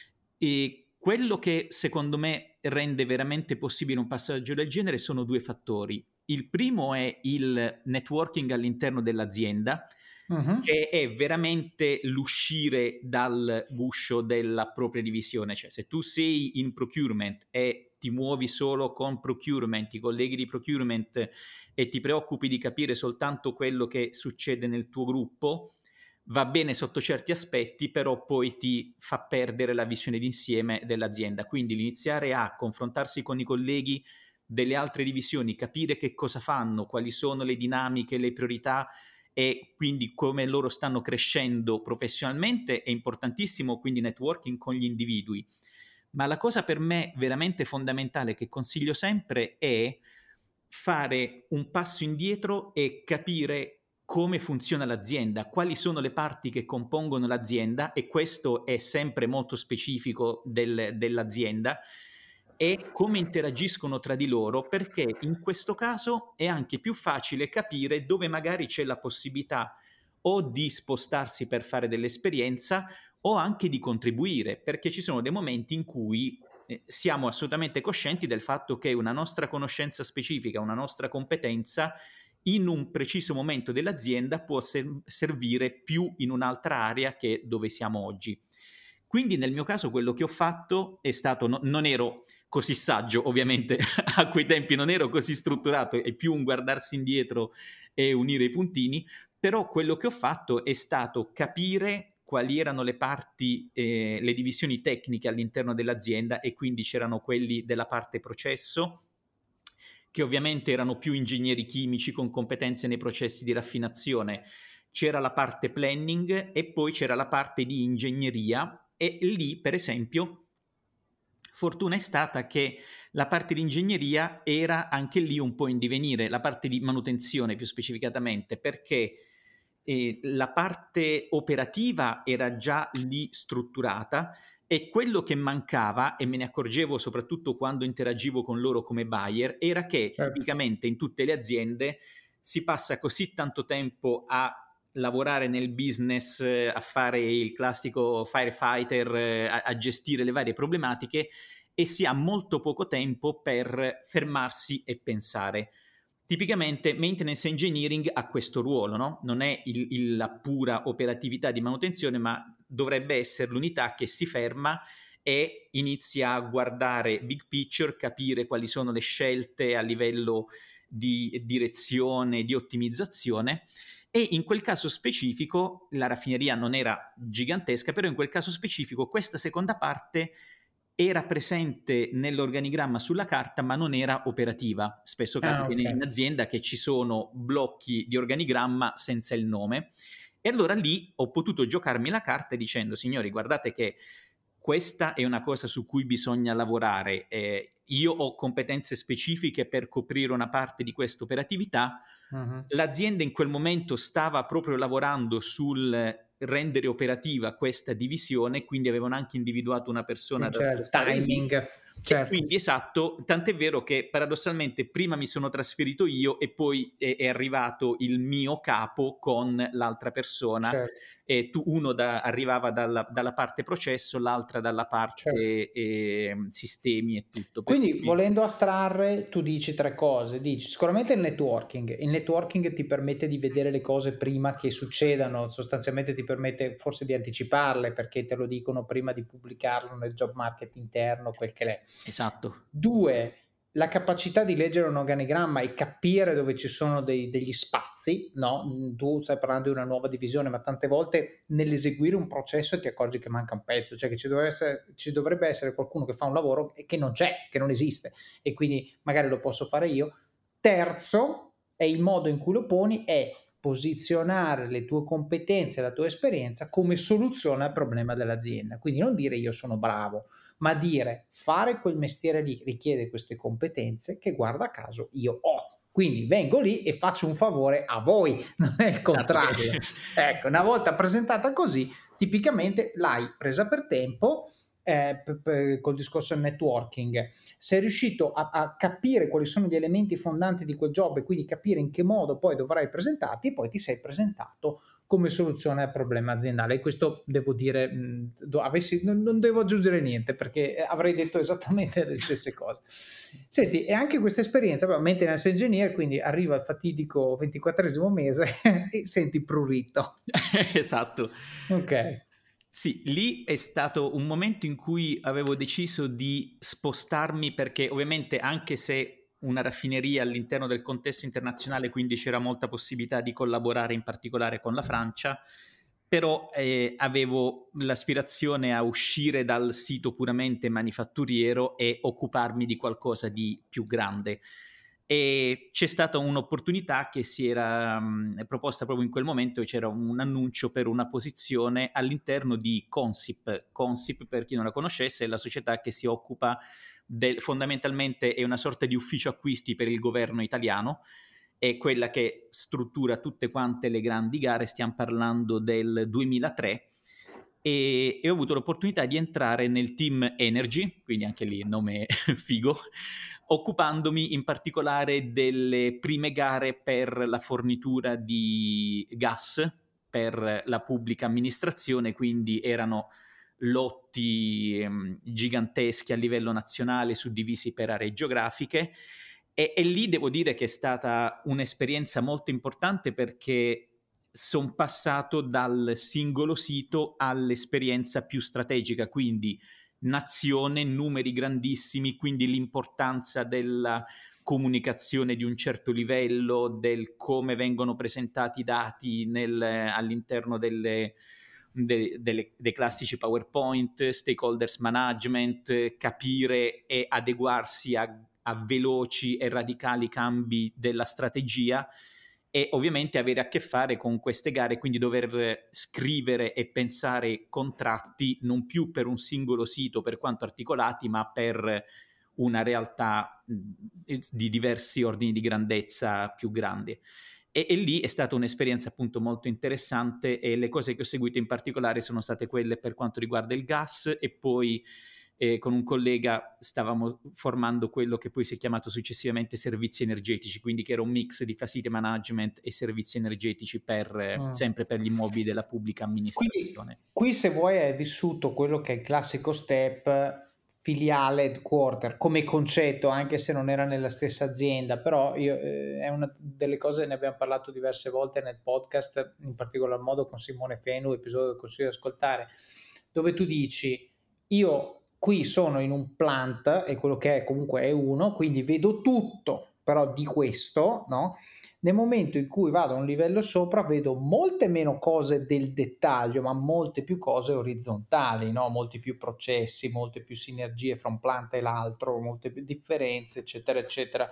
E quello che secondo me rende veramente possibile un passaggio del genere sono due fattori. Il primo è il networking all'interno dell'azienda, Mhm. che è veramente l'uscire dal guscio della propria divisione. Cioè, se tu sei in procurement e ti muovi solo con procurement, i colleghi di procurement e ti preoccupi di capire soltanto quello che succede nel tuo gruppo, va bene sotto certi aspetti, però poi ti fa perdere la visione d'insieme dell'azienda. Quindi l'iniziare a confrontarsi con i colleghi delle altre divisioni, capire che cosa fanno, quali sono le dinamiche, le priorità e quindi come loro stanno crescendo professionalmente è importantissimo, quindi networking con gli individui. Ma la cosa per me veramente fondamentale che consiglio sempre è fare un passo indietro e capire come funziona l'azienda, quali sono le parti che compongono l'azienda, e questo è sempre molto specifico del, dell'azienda, e come interagiscono tra di loro, perché in questo caso è anche più facile capire dove magari c'è la possibilità o di spostarsi per fare dell'esperienza o anche di contribuire, perché ci sono dei momenti in cui eh, siamo assolutamente coscienti del fatto che una nostra conoscenza specifica, una nostra competenza in un preciso momento dell'azienda può ser- servire più in un'altra area che dove siamo oggi. Quindi nel mio caso quello che ho fatto è stato, no, non ero così saggio ovviamente, a quei tempi non ero così strutturato, è più un guardarsi indietro e unire i puntini, però quello che ho fatto è stato capire quali erano le parti, eh, le divisioni tecniche all'interno dell'azienda, e quindi c'erano quelli della parte processo, che ovviamente erano più ingegneri chimici con competenze nei processi di raffinazione, c'era la parte planning e poi c'era la parte di ingegneria, e lì per esempio fortuna è stata che la parte di ingegneria era anche lì un po' in divenire, la parte di manutenzione più specificatamente, perché eh, la parte operativa era già lì strutturata e quello che mancava, e me ne accorgevo soprattutto quando interagivo con loro come buyer, era che Certo. tipicamente in tutte le aziende si passa così tanto tempo a lavorare nel business, eh, a fare il classico firefighter, eh, a, a gestire le varie problematiche, e si ha molto poco tempo per fermarsi e pensare. Tipicamente maintenance engineering ha questo ruolo, no? Non è il, il, la pura operatività di manutenzione, ma dovrebbe essere l'unità che si ferma e inizia a guardare big picture, capire quali sono le scelte a livello di direzione, di ottimizzazione. E in quel caso specifico la raffineria non era gigantesca, però in quel caso specifico questa seconda parte era presente nell'organigramma sulla carta, ma non era operativa. Spesso Ah, capita in ok. in azienda che ci sono blocchi di organigramma senza il nome. E allora lì ho potuto giocarmi la carta dicendo: signori, guardate che questa è una cosa su cui bisogna lavorare. Eh, io ho competenze specifiche per coprire una parte di questa operatività. Mhm. L'azienda in quel momento stava proprio lavorando sul rendere operativa questa divisione, quindi avevano anche individuato una persona Quindi da c'era il spostare lì. timing, E certo. quindi esatto, tant'è vero che paradossalmente prima mi sono trasferito io e poi è, è arrivato il mio capo con l'altra persona, Certo, e tu, uno da, arrivava dalla, dalla parte processo, l'altra dalla certo. parte eh, sistemi e tutto. Per Quindi cui volendo astrarre, tu dici tre cose. Dici sicuramente il networking. Il networking ti permette di vedere le cose prima che succedano, sostanzialmente ti permette forse di anticiparle perché te lo dicono prima di pubblicarlo nel job market interno, quel che è. esatto. Due, la capacità di leggere un organigramma e capire dove ci sono dei, degli spazi, no? Mm, Tu stai parlando di una nuova divisione, ma tante volte nell'eseguire un processo ti accorgi che manca un pezzo, cioè che ci dovrebbe essere, ci dovrebbe essere qualcuno che fa un lavoro e che non c'è, che non esiste, e quindi magari lo posso fare io. Terzo, è il modo in cui lo poni, è posizionare le tue competenze e la tua esperienza come soluzione al problema dell'azienda. Quindi non dire io sono bravo, ma dire fare quel mestiere lì richiede queste competenze che guarda caso io ho. Quindi vengo lì e faccio un favore a voi, non è il Esatto che contrario. Ecco, una volta presentata così, tipicamente l'hai presa per tempo, eh, p- p- col discorso del networking, sei riuscito a, a capire quali sono gli elementi fondanti di quel job e quindi capire in che modo poi dovrai presentarti, e poi ti sei presentato come soluzione al problema aziendale. E questo devo dire, mh, do, avessi, non, non devo aggiungere niente perché avrei detto esattamente le stesse cose. Senti, e anche questa esperienza, beh, maintenance engineer, quindi arriva il fatidico ventiquattresimo mese e senti prurito. esatto. Ok. Sì, lì è stato un momento in cui avevo deciso di spostarmi perché ovviamente anche se una raffineria all'interno del contesto internazionale, quindi c'era molta possibilità di collaborare in particolare con la Francia, però eh, avevo l'aspirazione a uscire dal sito puramente manifatturiero e occuparmi di qualcosa di più grande. E c'è stata un'opportunità che si era mh, proposta proprio in quel momento, e c'era un annuncio per una posizione all'interno di Consip. Consip, per chi non la conoscesse, è la società che si occupa del, fondamentalmente è una sorta di ufficio acquisti per il governo italiano, è quella che struttura tutte quante le grandi gare, stiamo parlando del duemilatré, e, e ho avuto l'opportunità di entrare nel team Energy, quindi anche lì nome figo, occupandomi in particolare delle prime gare per la fornitura di gas per la pubblica amministrazione, quindi erano lotti ehm, giganteschi a livello nazionale suddivisi per aree geografiche, e, e lì devo dire che è stata un'esperienza molto importante perché sono passato dal singolo sito all'esperienza più strategica, quindi nazione, numeri grandissimi, quindi l'importanza della comunicazione di un certo livello, del come vengono presentati i dati nel, all'interno delle, de, delle, dei classici PowerPoint, stakeholders management, capire e adeguarsi a, a veloci e radicali cambi della strategia, e ovviamente avere a che fare con queste gare, quindi dover scrivere e pensare contratti non più per un singolo sito per quanto articolati, ma per una realtà di diversi ordini di grandezza più grandi. E, e lì è stata un'esperienza appunto molto interessante, e le cose che ho seguito in particolare sono state quelle per quanto riguarda il gas, e poi eh, con un collega stavamo formando quello che poi si è chiamato successivamente servizi energetici, quindi che era un mix di facility management e servizi energetici per, eh, Mm. sempre per gli immobili della pubblica Quindi amministrazione. qui, se vuoi, hai vissuto quello che è il classico step filiale headquarter come concetto, anche se non era nella stessa azienda, però io, eh, è una delle cose, ne abbiamo parlato diverse volte nel podcast, in particolar modo con Simone Fenu, episodio che consiglio di ascoltare, dove tu dici io qui sono in un plant e quello che è comunque è uno, quindi vedo tutto però di questo, no? Nel momento in cui vado a un livello sopra vedo molte meno cose del dettaglio, ma molte più cose orizzontali, no? Molti più processi, molte più sinergie fra un plant e l'altro, molte più differenze, eccetera, eccetera.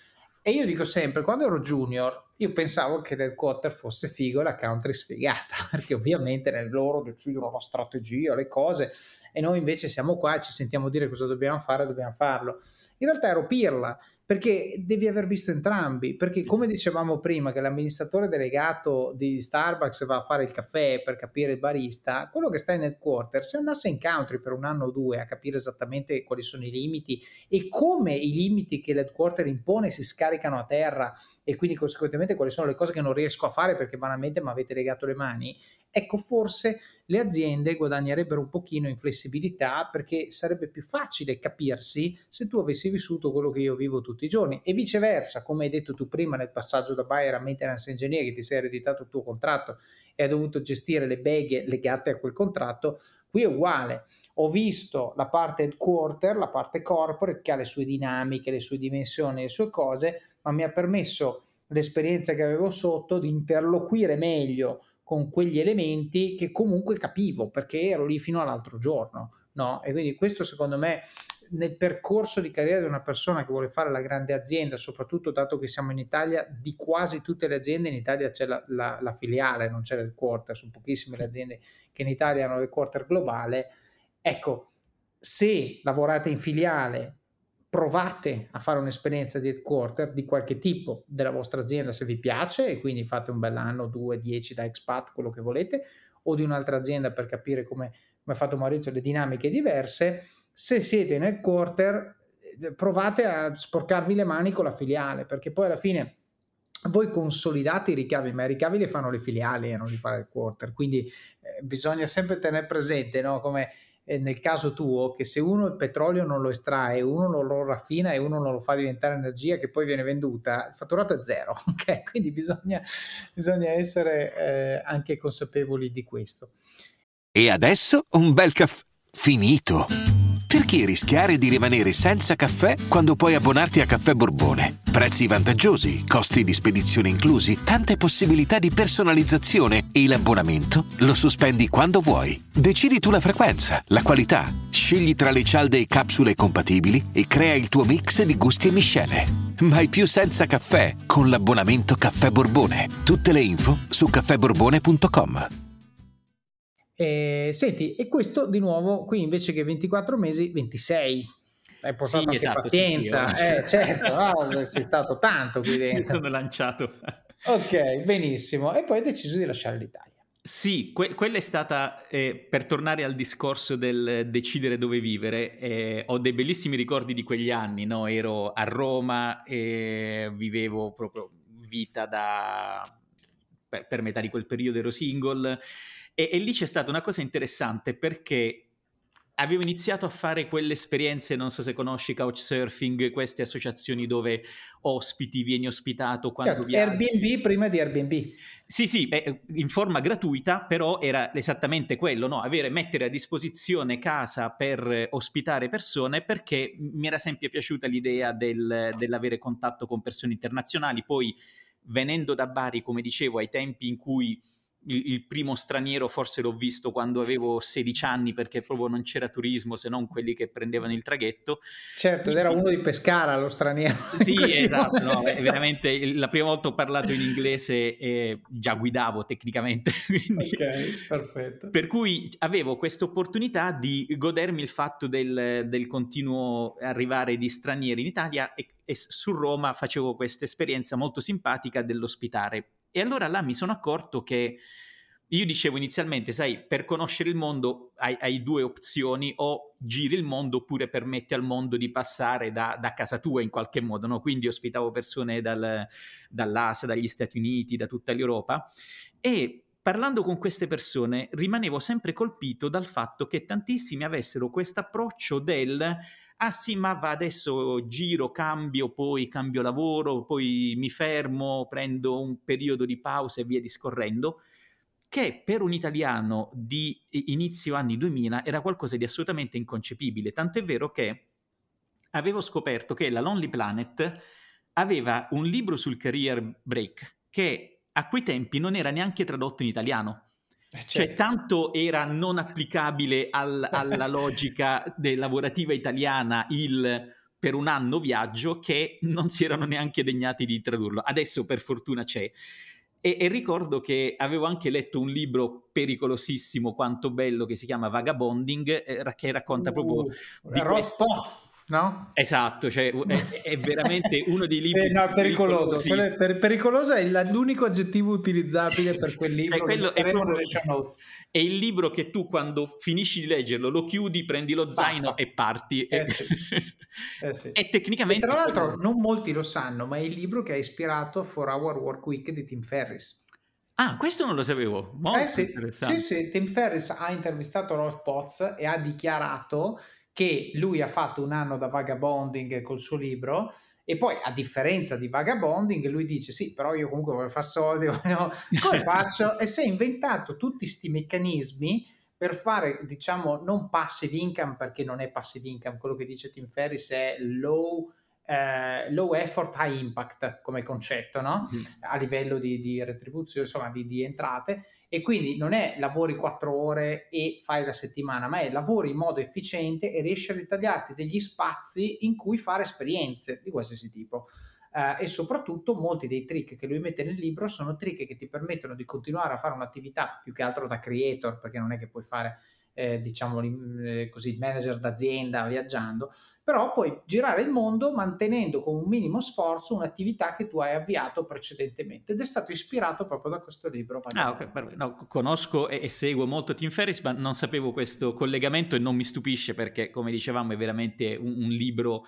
E io dico sempre, quando ero junior, io pensavo che l'headquarter fosse figo e la country sfigata, perché ovviamente nel loro decidono la strategia, le cose, e noi invece siamo qua e ci sentiamo dire cosa dobbiamo fare, dobbiamo farlo. In realtà ero pirla, perché devi aver visto entrambi, perché come Esatto. dicevamo prima che l'amministratore delegato di Starbucks va a fare il caffè per capire il barista, quello che sta in headquarter, se andasse in country per un anno o due a capire esattamente quali sono i limiti e come i limiti che l'headquarter impone si scaricano a terra e quindi conseguentemente quali sono le cose che non riesco a fare perché banalmente mi avete legato le mani, ecco forse le aziende guadagnerebbero un pochino in flessibilità perché sarebbe più facile capirsi se tu avessi vissuto quello che io vivo tutti i giorni e viceversa, come hai detto tu prima nel passaggio da buyer a maintenance engineer che ti sei ereditato il tuo contratto e hai dovuto gestire le beghe legate a quel contratto, qui è uguale. Ho visto la parte headquarter, la parte corporate che ha le sue dinamiche, le sue dimensioni, le sue cose, ma mi ha permesso l'esperienza che avevo sotto di interloquire meglio con quegli elementi che comunque capivo perché ero lì fino all'altro giorno, no? E quindi questo secondo me nel percorso di carriera di una persona che vuole fare la grande azienda, soprattutto dato che siamo in Italia, di quasi tutte le aziende in Italia c'è la, la, la filiale, non c'è l'headquarter, sono pochissime le aziende che in Italia hanno l'headquarter globale. Ecco, se lavorate in filiale, provate a fare un'esperienza di headquarter di qualche tipo della vostra azienda se vi piace e quindi fate un bell'anno, due, dieci da expat, quello che volete, o di un'altra azienda per capire come, come ha fatto Maurizio le dinamiche diverse. Se siete in headquarter, provate a sporcarvi le mani con la filiale, perché poi alla fine voi consolidate i ricavi, ma i ricavi li fanno le filiali e non li fa l'headquarter, quindi eh, bisogna sempre tenere presente, no? Come eh, nel caso tuo, che se uno il petrolio non lo estrae, uno non lo raffina e uno non lo fa diventare energia che poi viene venduta, il fatturato è zero, ok? Quindi bisogna, bisogna essere eh, anche consapevoli di questo. E adesso un bel caffè finito. Perché rischiare di rimanere senza caffè quando puoi abbonarti a Caffè Borbone? Prezzi vantaggiosi, costi di spedizione inclusi, tante possibilità di personalizzazione e l'abbonamento lo sospendi quando vuoi. Decidi tu la frequenza, la qualità, scegli tra le cialde e capsule compatibili e crea il tuo mix di gusti e miscele. Mai più senza caffè con l'abbonamento Caffè Borbone. Tutte le info su caffè borbone punto com. Eh, senti, e questo di nuovo qui invece che ventiquattro mesi, ventisei. Hai portato Sì, anche esatto, sì, sì, io... pazienza, eh, certo, no? Sei stato tanto qui Mi dentro. sono lanciato. Ok, benissimo. E poi hai deciso di lasciare l'Italia. Sì, que- quella è stata, eh, per tornare al discorso del decidere dove vivere, eh, ho dei bellissimi ricordi di quegli anni, no? Ero a Roma e vivevo proprio vita da... Per, per metà di quel periodo ero single e, e lì c'è stata una cosa interessante perché avevo iniziato a fare quelle esperienze, non so se conosci Couchsurfing, queste associazioni dove ospiti, vieni ospitato quando Certo, viaggi. Airbnb prima di Airbnb. Sì, sì, beh, in forma gratuita, però era esattamente quello, no? Avere, mettere a disposizione casa per ospitare persone perché mi era sempre piaciuta l'idea del, dell'avere contatto con persone internazionali. Poi, venendo da Bari, come dicevo, ai tempi in cui il, il primo straniero forse l'ho visto quando avevo sedici anni perché proprio non c'era turismo se non quelli che prendevano il traghetto. Certo, ed era uno di Pescara lo straniero in Sì, questi esatto, momenti. no, è veramente la prima volta ho parlato in inglese e già guidavo tecnicamente, quindi Ok, perfetto. per cui avevo questa opportunità di godermi il fatto del, del continuo arrivare di stranieri in Italia e, e su Roma facevo questa esperienza molto simpatica dell'ospitare. E allora là mi sono accorto che io dicevo inizialmente, sai, per conoscere il mondo hai, hai due opzioni, o giri il mondo oppure permetti al mondo di passare da, da casa tua in qualche modo, no? Quindi ospitavo persone dal, dall'Asia, dagli Stati Uniti, da tutta l'Europa e parlando con queste persone rimanevo sempre colpito dal fatto che tantissimi avessero questo approccio del ah sì, ma va adesso giro, cambio, poi cambio lavoro, poi mi fermo, prendo un periodo di pausa e via discorrendo, che per un italiano di inizio anni duemila era qualcosa di assolutamente inconcepibile. Tanto è vero che avevo scoperto che la Lonely Planet aveva un libro sul career break che a quei tempi non era neanche tradotto in italiano. Eh, Cioè, certo. tanto era non applicabile al, alla logica de- lavorativa italiana il per un anno viaggio, che non si erano neanche degnati di tradurlo. Adesso per fortuna c'è. E, e ricordo che avevo anche letto un libro pericolosissimo quanto bello che si chiama Vagabonding, eh, che racconta proprio Uh, di Ross questo. Potts, no? Esatto, cioè è, è veramente uno dei libri Sì, no, più pericoloso. pericolosi. Per, per- pericoloso è la- l'unico aggettivo utilizzabile per quel Cioè, libro che quello è metteremo proprio nelle show notes. è il libro che tu quando finisci di leggerlo lo chiudi, prendi lo zaino Basta. e parti. Eh E, sì. Eh sì. e E tra tecnicamente l'altro quello... non molti lo sanno, ma è il libro che ha ispirato four hour Work Week di Tim Ferriss. Ah, questo non lo sapevo, Eh molto sì, sì, interessante. sì, Tim Ferriss ha intervistato Rolf Potts e ha dichiarato che lui ha fatto un anno da vagabonding col suo libro, e poi, a differenza di vagabonding, lui dice sì, però io comunque voglio fare soldi, voglio... come faccio? E si è inventato tutti sti meccanismi per fare, diciamo, non passive income, perché non è passive income, quello che dice Tim Ferriss è low, eh, low effort, high impact come concetto, no? Mhm. A livello di, di retribuzione, insomma, di, di entrate. E quindi non è lavori quattro ore e fai la settimana, ma è lavori in modo efficiente e riesci a ritagliarti degli spazi in cui fare esperienze di qualsiasi tipo. Uh, e soprattutto molti dei trick che lui mette nel libro sono trick che ti permettono di continuare a fare un'attività più che altro da creator, perché non è che puoi fare eh, diciamo eh, così manager d'azienda viaggiando, però puoi girare il mondo mantenendo con un minimo sforzo un'attività che tu hai avviato precedentemente, ed è stato ispirato proprio da questo libro. Ah, ok, no, conosco e, e seguo molto Tim Ferriss, ma non sapevo questo collegamento e non mi stupisce perché, come dicevamo, è veramente un, un libro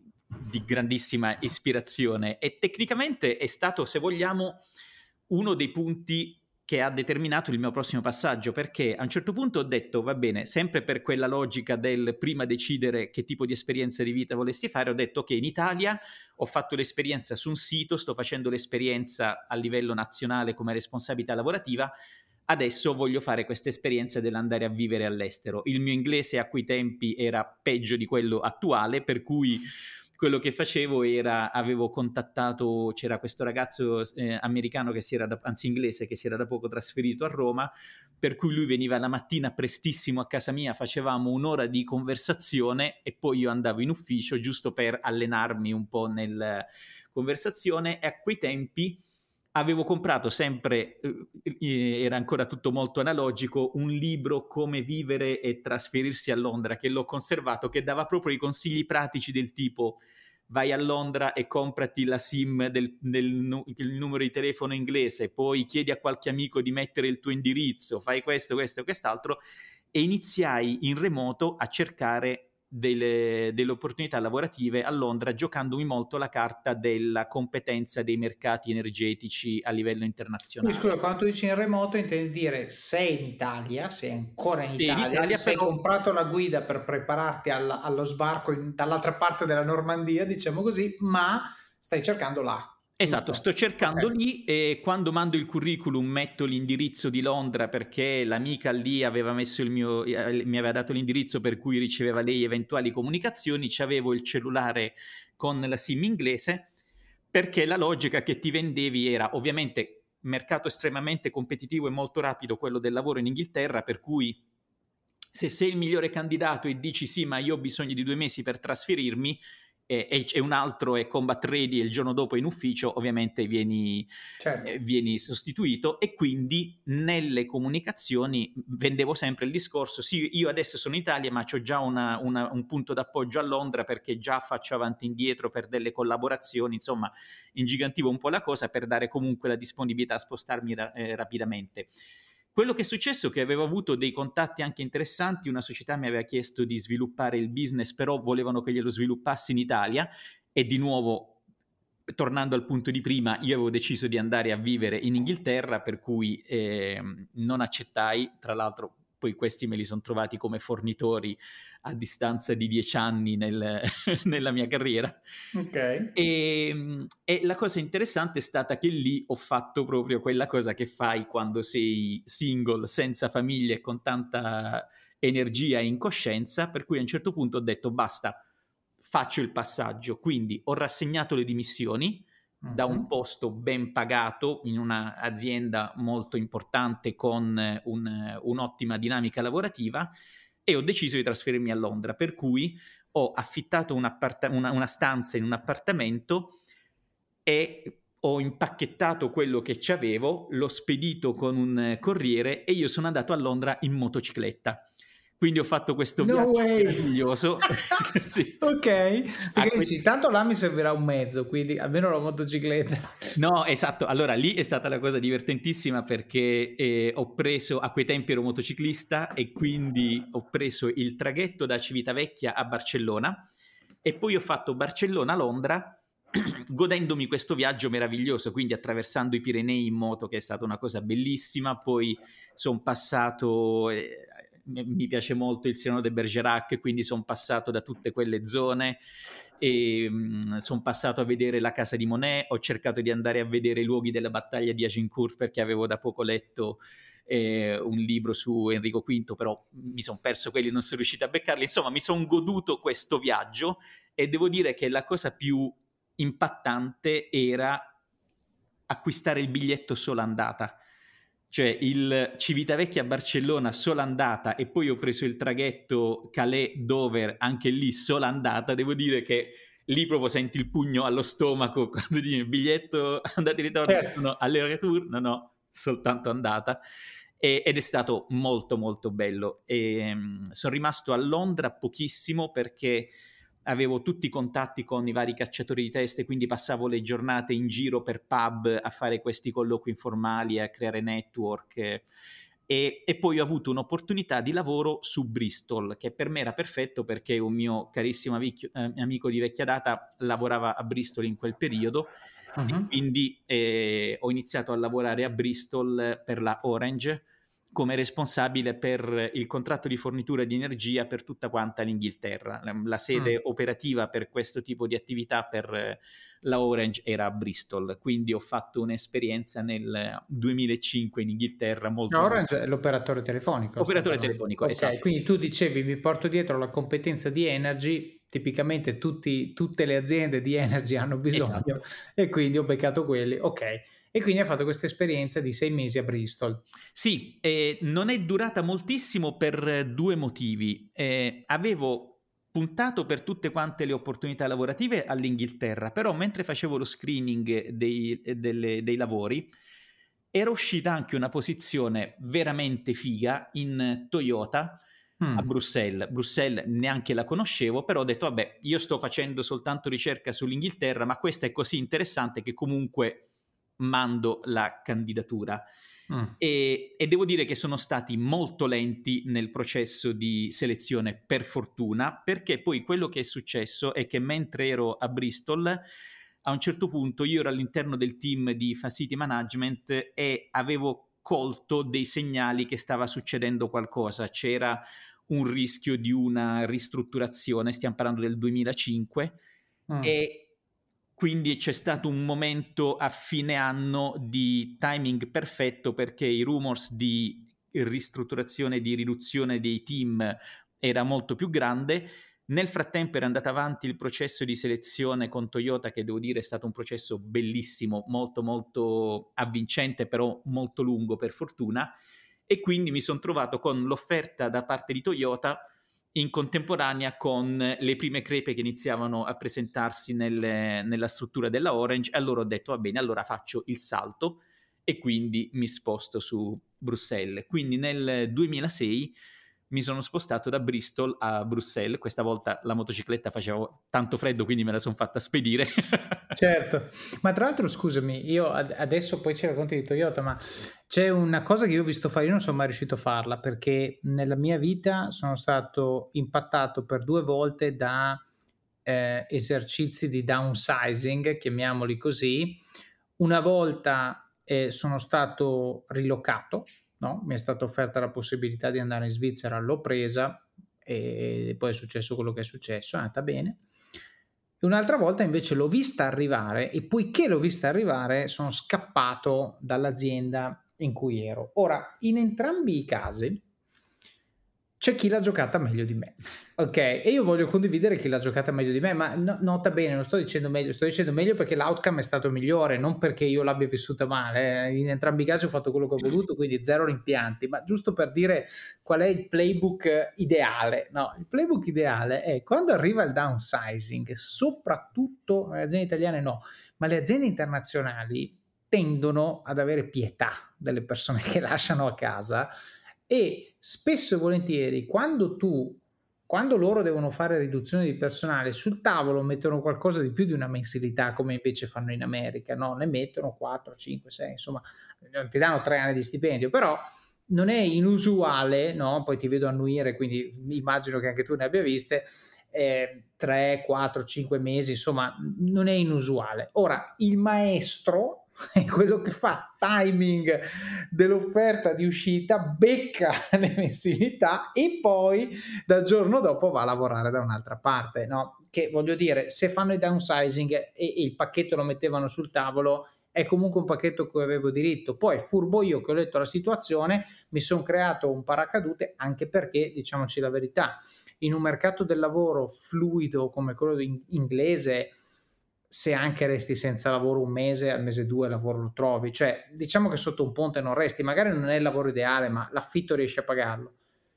di grandissima ispirazione e tecnicamente è stato, se vogliamo, uno dei punti che ha determinato il mio prossimo passaggio, perché a un certo punto ho detto, va bene, sempre per quella logica del prima decidere che tipo di esperienza di vita volesti fare, ho detto che in Italia ho fatto l'esperienza su un sito, sto facendo l'esperienza a livello nazionale come responsabilità lavorativa, adesso voglio fare questa esperienza dell'andare a vivere all'estero. Il mio inglese a quei tempi era peggio di quello attuale, per cui quello che facevo era, avevo contattato, c'era questo ragazzo eh, americano che si era, da, anzi inglese, che si era da poco trasferito a Roma, per cui lui veniva la mattina prestissimo a casa mia, facevamo un'ora di conversazione e poi io andavo in ufficio giusto per allenarmi un po' nella conversazione, e a quei tempi avevo comprato sempre, eh, era ancora tutto molto analogico, un libro Come vivere e trasferirsi a Londra, che l'ho conservato, che dava proprio i consigli pratici del tipo vai a Londra e comprati la SIM del, del, del numero di telefono inglese, poi chiedi a qualche amico di mettere il tuo indirizzo, fai questo, questo e quest'altro, e iniziai in remoto a cercare delle, delle opportunità lavorative a Londra, giocandomi molto la carta della competenza dei mercati energetici a livello internazionale. Quindi scusa, quando tu dici in remoto intendi dire sei in Italia, sei ancora in Sei Italia, in Italia, sei però... comprato la guida per prepararti alla, allo sbarco in, dall'altra parte della Normandia, diciamo così, ma stai cercando là. Esatto, Giusto? sto cercando Okay. lì e quando mando il curriculum metto l'indirizzo di Londra perché l'amica lì aveva messo il mio, eh, mi aveva dato l'indirizzo per cui riceveva lei eventuali comunicazioni, c'avevo il cellulare con la SIM inglese, perché la logica che ti vendevi era ovviamente mercato estremamente competitivo e molto rapido quello del lavoro in Inghilterra, per cui se sei il migliore candidato e dici sì ma io ho bisogno di due mesi per trasferirmi, e, e un altro è combat ready e il giorno dopo in ufficio, ovviamente vieni, Certo. eh, vieni sostituito, e quindi nelle comunicazioni vendevo sempre il discorso sì, io adesso sono in Italia ma ho già una, una, un punto d'appoggio a Londra perché già faccio avanti e indietro per delle collaborazioni, insomma ingigantivo un po' la cosa per dare comunque la disponibilità a spostarmi ra- eh, rapidamente. Quello che è successo è che avevo avuto dei contatti anche interessanti, una società mi aveva chiesto di sviluppare il business, però volevano che glielo sviluppassi in Italia, e di nuovo, tornando al punto di prima, io avevo deciso di andare a vivere in Inghilterra, per cui eh, non accettai, tra l'altro poi questi me li sono trovati come fornitori a distanza di dieci anni nel, nella mia carriera. Ok. E, e la cosa interessante è stata che lì ho fatto proprio quella cosa che fai quando sei single, senza famiglia e con tanta energia e incoscienza, per cui a un certo punto ho detto basta, faccio il passaggio. Quindi ho rassegnato le dimissioni uh-huh. da un posto ben pagato in un'azienda molto importante con un, un'ottima dinamica lavorativa e ho deciso di trasferirmi a Londra, per cui ho affittato un apparta- una, una stanza in un appartamento e ho impacchettato quello che c'avevo, l'ho spedito con un corriere e io sono andato a Londra in motocicletta. Quindi ho fatto questo no viaggio way. meraviglioso. Sì. Ok, perché que- dici, tanto là mi servirà un mezzo, quindi almeno la motocicletta. No, esatto. Allora, lì è stata la cosa divertentissima perché eh, ho preso, a quei tempi ero motociclista e quindi ho preso il traghetto da Civitavecchia a Barcellona e poi ho fatto Barcellona-Londra godendomi questo viaggio meraviglioso, quindi attraversando i Pirenei in moto, che è stata una cosa bellissima. Poi sono passato... Eh, mi piace molto il Cyrano de Bergerac, quindi sono passato da tutte quelle zone e um, sono passato a vedere la casa di Monet, ho cercato di andare a vedere i luoghi della battaglia di Agincourt perché avevo da poco letto eh, un libro su Enrico V, però mi sono perso quelli, non sono riuscito a beccarli. Insomma, mi sono goduto questo viaggio e devo dire che la cosa più impattante era acquistare il biglietto sola andata. Cioè il Civitavecchia a Barcellona sola andata e poi ho preso il traghetto Calais-Dover anche lì sola andata. Devo dire che lì proprio senti il pugno allo stomaco quando dici il biglietto andata e ritorno, certo. no, all'Euratour, no no, soltanto andata. E, ed è stato molto molto bello e um, sono rimasto a Londra pochissimo perché avevo tutti i contatti con i vari cacciatori di teste, quindi passavo le giornate in giro per pub a fare questi colloqui informali, a creare network e, e poi ho avuto un'opportunità di lavoro su Bristol, che per me era perfetto perché un mio carissimo amico, eh, amico di vecchia data lavorava a Bristol in quel periodo uh-huh. e quindi eh, ho iniziato a lavorare a Bristol per la Orange come responsabile per il contratto di fornitura di energia per tutta quanta l'Inghilterra. La, la sede mm. operativa per questo tipo di attività per la Orange era a Bristol, quindi ho fatto un'esperienza nel duemilacinque in Inghilterra. Molto no, Orange è l'operatore telefonico. Operatore telefonico, ok, esatto. Quindi tu dicevi, mi porto dietro la competenza di Energy, tipicamente tutti, tutte le aziende di Energy hanno bisogno, esatto. E quindi ho beccato quelli, ok. E quindi ha fatto questa esperienza di sei mesi a Bristol. Sì, eh, non è durata moltissimo per due motivi. Eh, avevo puntato per tutte quante le opportunità lavorative all'Inghilterra, però mentre facevo lo screening dei, delle, dei lavori era uscita anche una posizione veramente figa in Toyota mm. a Bruxelles. Bruxelles neanche la conoscevo, però ho detto vabbè, io sto facendo soltanto ricerca sull'Inghilterra, ma questa è così interessante che comunque mando la candidatura. Mm. E, e devo dire che sono stati molto lenti nel processo di selezione, per fortuna, perché poi quello che è successo è che mentre ero a Bristol a un certo punto io ero all'interno del team di Facility Management e avevo colto dei segnali che stava succedendo qualcosa, c'era un rischio di una ristrutturazione, stiamo parlando del duemilacinque mm. e quindi c'è stato un momento a fine anno di timing perfetto perché i rumors di ristrutturazione, di riduzione dei team era molto più grande. Nel frattempo era andato avanti il processo di selezione con Toyota, che devo dire è stato un processo bellissimo, molto molto avvincente, però molto lungo per fortuna, e quindi mi sono trovato con l'offerta da parte di Toyota in contemporanea con le prime crepe che iniziavano a presentarsi nelle, nella struttura della Orange. Allora ho detto va bene, allora faccio il salto e quindi mi sposto su Bruxelles. Quindi nel duemilasei mi sono spostato da Bristol a Bruxelles. Questa volta la motocicletta faceva tanto freddo, quindi me la sono fatta spedire. Certo, ma tra l'altro scusami, io adesso poi ci racconti di Toyota, ma c'è una cosa che io ho visto fare, io non sono mai riuscito a farla, perché nella mia vita sono stato impattato per due volte da eh, esercizi di downsizing, chiamiamoli così. Una volta eh, sono stato rilocato, no? Mi è stata offerta la possibilità di andare in Svizzera, l'ho presa e poi è successo quello che è successo, è andata bene. Un'altra volta invece l'ho vista arrivare e poiché l'ho vista arrivare sono scappato dall'azienda in cui ero. Ora, in entrambi i casi c'è chi l'ha giocata meglio di me, ok? E io voglio condividere chi l'ha giocata meglio di me, ma no, nota bene, non sto dicendo meglio, sto dicendo meglio perché l'outcome è stato migliore, non perché io l'abbia vissuta male. In entrambi i casi ho fatto quello che ho voluto, quindi zero rimpianti, ma giusto per dire qual è il playbook ideale. No, il playbook ideale è quando arriva il downsizing, soprattutto le aziende italiane no, ma le aziende internazionali tendono ad avere pietà delle persone che lasciano a casa, e spesso e volentieri quando tu quando loro devono fare riduzione di personale, sul tavolo mettono qualcosa di più di una mensilità come invece fanno in America, no? Ne mettono quattro, cinque, sei, insomma, non ti danno tre anni di stipendio, però non è inusuale, no? Poi ti vedo annuire, quindi immagino che anche tu ne abbia viste, eh, tre, quattro, cinque mesi, insomma, non è inusuale. Ora, il maestro è quello che fa timing dell'offerta di uscita, becca le mensilità e poi dal giorno dopo va a lavorare da un'altra parte, no? Che voglio dire, se fanno il downsizing e, e il pacchetto lo mettevano sul tavolo, è comunque un pacchetto a cui avevo diritto. Poi furbo io che ho letto la situazione, mi sono creato un paracadute, anche perché, diciamoci la verità, in un mercato del lavoro fluido come quello in- inglese, se anche resti senza lavoro un mese, al mese due lavoro lo trovi, cioè diciamo che sotto un ponte non resti, magari non è il lavoro ideale, ma l'affitto riesci a pagarlo.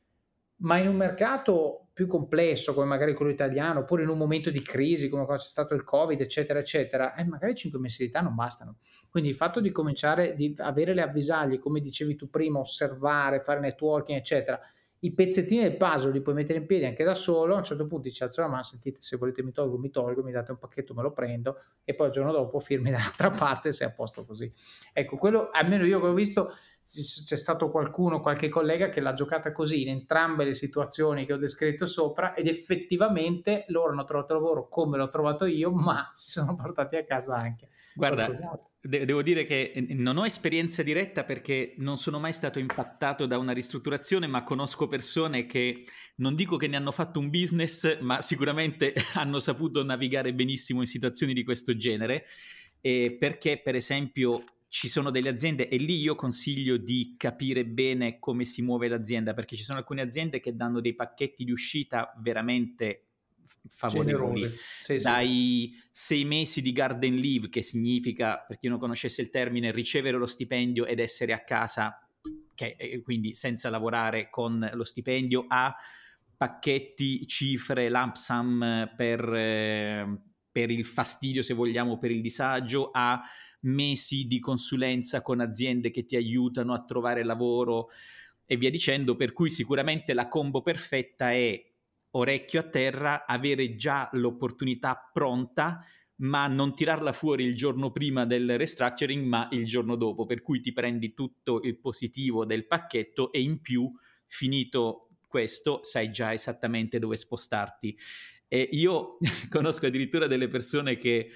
Ma in un mercato più complesso come magari quello italiano, oppure in un momento di crisi come quando c'è stato il Covid, eccetera, eccetera, eh, magari cinque mensilità non bastano. Quindi il fatto di cominciare, di avere le avvisaglie, come dicevi tu prima, osservare, fare networking, eccetera, i pezzettini del puzzle li puoi mettere in piedi anche da solo. A un certo punto ti alzo la mano, sentite, se volete mi tolgo, mi tolgo, mi date un pacchetto, me lo prendo, e poi il giorno dopo firmi dall'altra parte e sei a posto così. Ecco, quello almeno io che ho visto, c'è stato qualcuno, qualche collega che l'ha giocata così in entrambe le situazioni che ho descritto sopra, ed effettivamente loro hanno trovato lavoro come l'ho trovato io, ma si sono portati a casa anche Guarda, qualcos'altro. de- devo dire che non ho esperienza diretta perché non sono mai stato impattato da una ristrutturazione, ma conosco persone che non dico che ne hanno fatto un business, ma sicuramente hanno saputo navigare benissimo in situazioni di questo genere, eh, perché per esempio ci sono delle aziende, e lì io consiglio di capire bene come si muove l'azienda, perché ci sono alcune aziende che danno dei pacchetti di uscita veramente favorevoli, Generose, sì, sì. dai sei mesi di garden leave, che significa, per chi non conoscesse il termine, ricevere lo stipendio ed essere a casa, che, quindi senza lavorare con lo stipendio, a pacchetti, cifre, lump sum per, eh, per il fastidio, se vogliamo, per il disagio, a mesi di consulenza con aziende che ti aiutano a trovare lavoro e via dicendo, per cui sicuramente la combo perfetta è orecchio a terra, avere già l'opportunità pronta, ma non tirarla fuori il giorno prima del restructuring, ma il giorno dopo, per cui ti prendi tutto il positivo del pacchetto e in più, finito questo, sai già esattamente dove spostarti. E io conosco addirittura delle persone che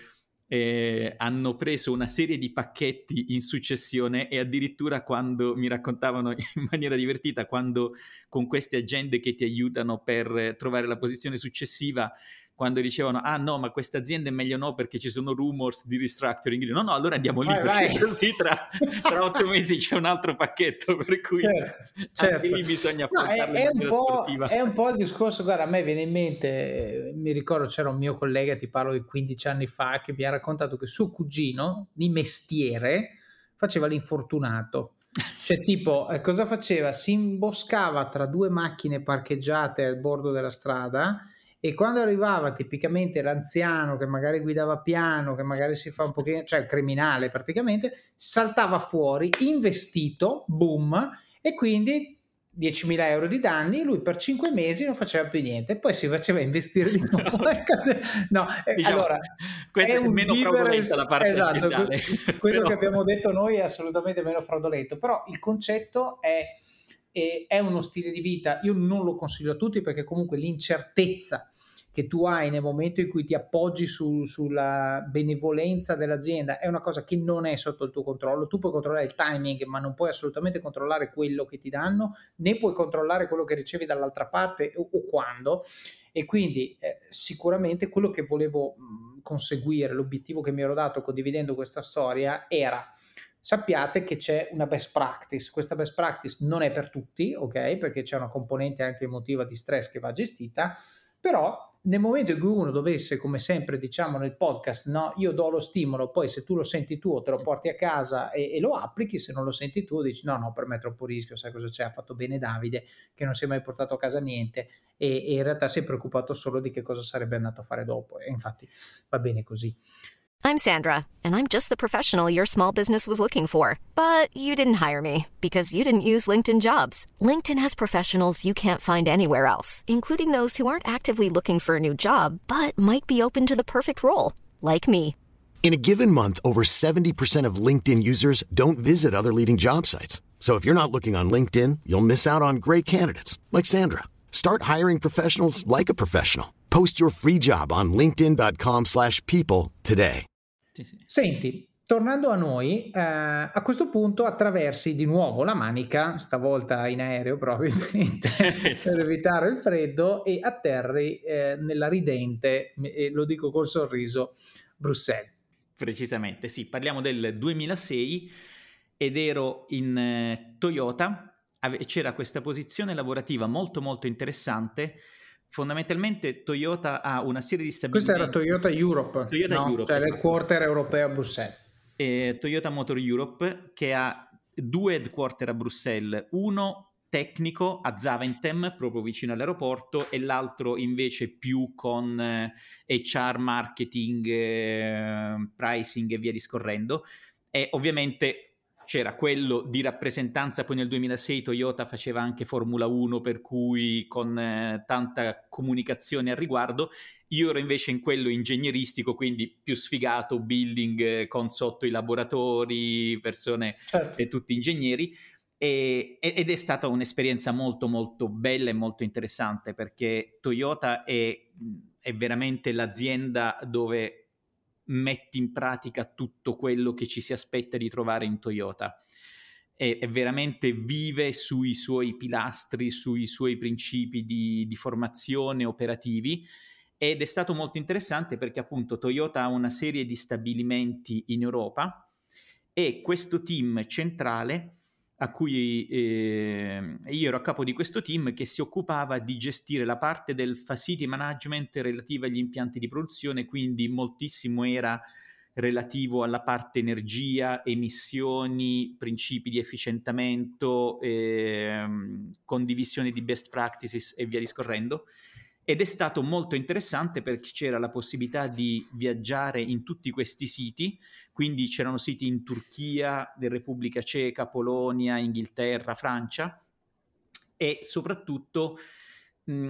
eh, hanno preso una serie di pacchetti in successione, e addirittura, quando mi raccontavano in maniera divertita, quando con queste agende che ti aiutano per trovare la posizione successiva, quando dicevano ah no, ma questa azienda è meglio no perché ci sono rumors di restructuring, no no, allora andiamo lì, Vai, perché vai. così tra, tra otto mesi c'è un altro pacchetto, per cui Certo, anche certo. lì bisogna No, è, affrontarlo in è un maniera po', sportiva. è un po' il discorso, guarda, a me viene in mente, eh, mi ricordo c'era un mio collega, ti parlo di quindici anni fa, che mi ha raccontato che suo cugino di mestiere faceva l'infortunato. Cioè tipo, eh, cosa faceva? Si imboscava tra due macchine parcheggiate al bordo della strada, e quando arrivava tipicamente l'anziano che magari guidava piano, che magari si fa un pochino, cioè il criminale praticamente, saltava fuori investito, boom, e quindi diecimila euro di danni, lui per cinque mesi non faceva più niente, e poi si faceva investire di nuovo. No, eh, Diciamo, allora questa è è un meno vivere, fraudolenta la parte esatto, aziendale, quello però... che abbiamo detto noi è assolutamente meno fraudolento, però il concetto è, è, è uno stile di vita. Io non lo consiglio a tutti, perché comunque l'incertezza che tu hai nel momento in cui ti appoggi su, sulla benevolenza dell'azienda è una cosa che non è sotto il tuo controllo. Tu puoi controllare il timing, ma non puoi assolutamente controllare quello che ti danno, né puoi controllare quello che ricevi dall'altra parte o, o quando. E quindi eh, sicuramente quello che volevo mh, conseguire, l'obiettivo che mi ero dato condividendo questa storia, era sappiate che c'è una best practice. Questa best practice non è per tutti, ok? Perché c'è una componente anche emotiva di stress che va gestita, però nel momento in cui uno dovesse, come sempre diciamo nel podcast, no, io do lo stimolo, poi se tu lo senti tu te lo porti a casa e, e lo applichi, se non lo senti tu dici no, no, per me è troppo rischio, sai cosa c'è, ha fatto bene Davide che non si è mai portato a casa niente e, e in realtà si è preoccupato solo di che cosa sarebbe andato a fare dopo e infatti va bene così. I'm Sandra, and I'm just the professional your small business was looking for. But you didn't hire me because you didn't use LinkedIn Jobs. LinkedIn has professionals you can't find anywhere else, including those who aren't actively looking for a new job, but might be open to the perfect role, like me. In a given month, over seventy percent of LinkedIn users don't visit other leading job sites. So if you're not looking on LinkedIn, you'll miss out on great candidates, like Sandra. Start hiring professionals like a professional. Post your free job on linkedin.com slash people today. Sì, sì. Senti, tornando a noi, eh, a questo punto attraversi di nuovo la Manica, stavolta in aereo probabilmente, per evitare il freddo, e atterri eh, nella ridente, e lo dico col sorriso, Bruxelles. Precisamente, sì, parliamo del duemilasei ed ero in eh, Toyota, ave- c'era questa posizione lavorativa molto molto interessante. Fondamentalmente Toyota ha una serie di stabilimenti. Questa era Toyota Europe, Toyota no? Europe, Cioè esatto. l'headquarter europeo a Bruxelles. Eh, Toyota Motor Europe, che ha due headquarter a Bruxelles, uno tecnico a Zaventem, proprio vicino all'aeroporto, e l'altro invece più con eh, H R, marketing, eh, pricing e via discorrendo. E ovviamente c'era quello di rappresentanza, poi nel duemilasei Toyota faceva anche Formula uno, per cui con eh, tanta comunicazione al riguardo. Io ero invece in quello ingegneristico, quindi più sfigato, building eh, con sotto i laboratori, persone Certo. e tutti ingegneri. E, ed è stata un'esperienza molto molto bella e molto interessante, perché Toyota è, è veramente l'azienda dove metti in pratica tutto quello che ci si aspetta di trovare in Toyota. E, e veramente vive sui suoi pilastri, sui suoi principi di, di formazione operativi. Ed è stato molto interessante perché appunto Toyota ha una serie di stabilimenti in Europa e questo team centrale a cui eh, io ero a capo di questo team, che si occupava di gestire la parte del facility management relativa agli impianti di produzione, quindi moltissimo era relativo alla parte energia, emissioni, principi di efficientamento, eh, condivisione di best practices e via discorrendo. Ed è stato molto interessante perché c'era la possibilità di viaggiare in tutti questi siti, quindi c'erano siti in Turchia, Repubblica Ceca, Polonia, Inghilterra, Francia, e soprattutto mh,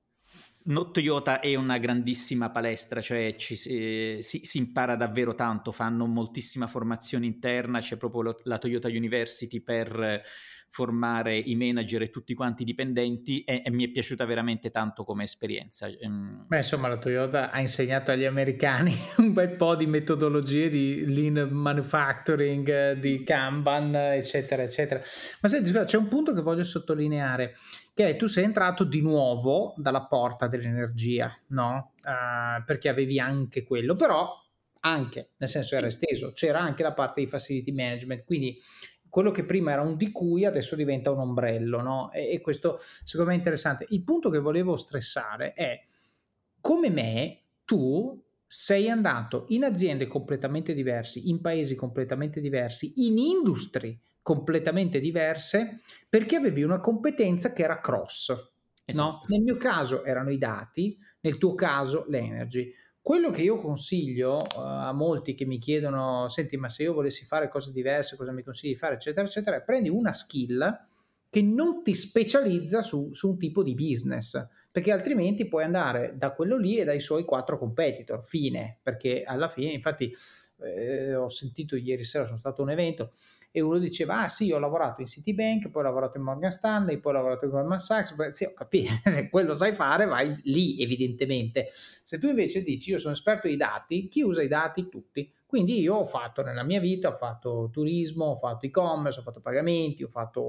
no, Toyota è una grandissima palestra, cioè ci, eh, si, si impara davvero tanto, fanno moltissima formazione interna, c'è proprio lo, la Toyota University per formare i manager e tutti quanti i dipendenti, e, e mi è piaciuta veramente tanto come esperienza. Beh, insomma, la Toyota ha insegnato agli americani un bel po' di metodologie di lean manufacturing, di Kanban, eccetera, eccetera. Ma senti, scusa, c'è un punto che voglio sottolineare, che è tu sei entrato di nuovo dalla porta dell'energia, no? Uh, perché avevi anche quello, però anche, nel senso era Sì. esteso, c'era anche la parte di facility management, quindi quello che prima era un di cui adesso diventa un ombrello, no? E, e questo secondo me è interessante. Il punto che volevo stressare è, come me, tu sei andato in aziende completamente diverse, in paesi completamente diversi, in industrie completamente diverse, perché avevi una competenza che era cross, Esatto. no? Nel mio caso erano i dati, nel tuo caso l'energy. Quello che io consiglio uh, a molti che mi chiedono, senti, ma se io volessi fare cose diverse, cosa mi consigli di fare, eccetera, eccetera, prendi una skill che non ti specializza su, su un tipo di business, perché altrimenti puoi andare da quello lì e dai suoi quattro competitor, fine, perché alla fine, infatti, eh, ho sentito ieri sera, sono stato a un evento, e uno diceva, ah sì, ho lavorato in Citibank, poi ho lavorato in Morgan Stanley, poi ho lavorato in Goldman Sachs. Beh, sì, ho capito, se quello sai fare vai lì evidentemente. Se tu invece dici io sono esperto di dati, chi usa i dati? Tutti. Quindi io ho fatto nella mia vita, ho fatto turismo, ho fatto e-commerce, ho fatto pagamenti, ho fatto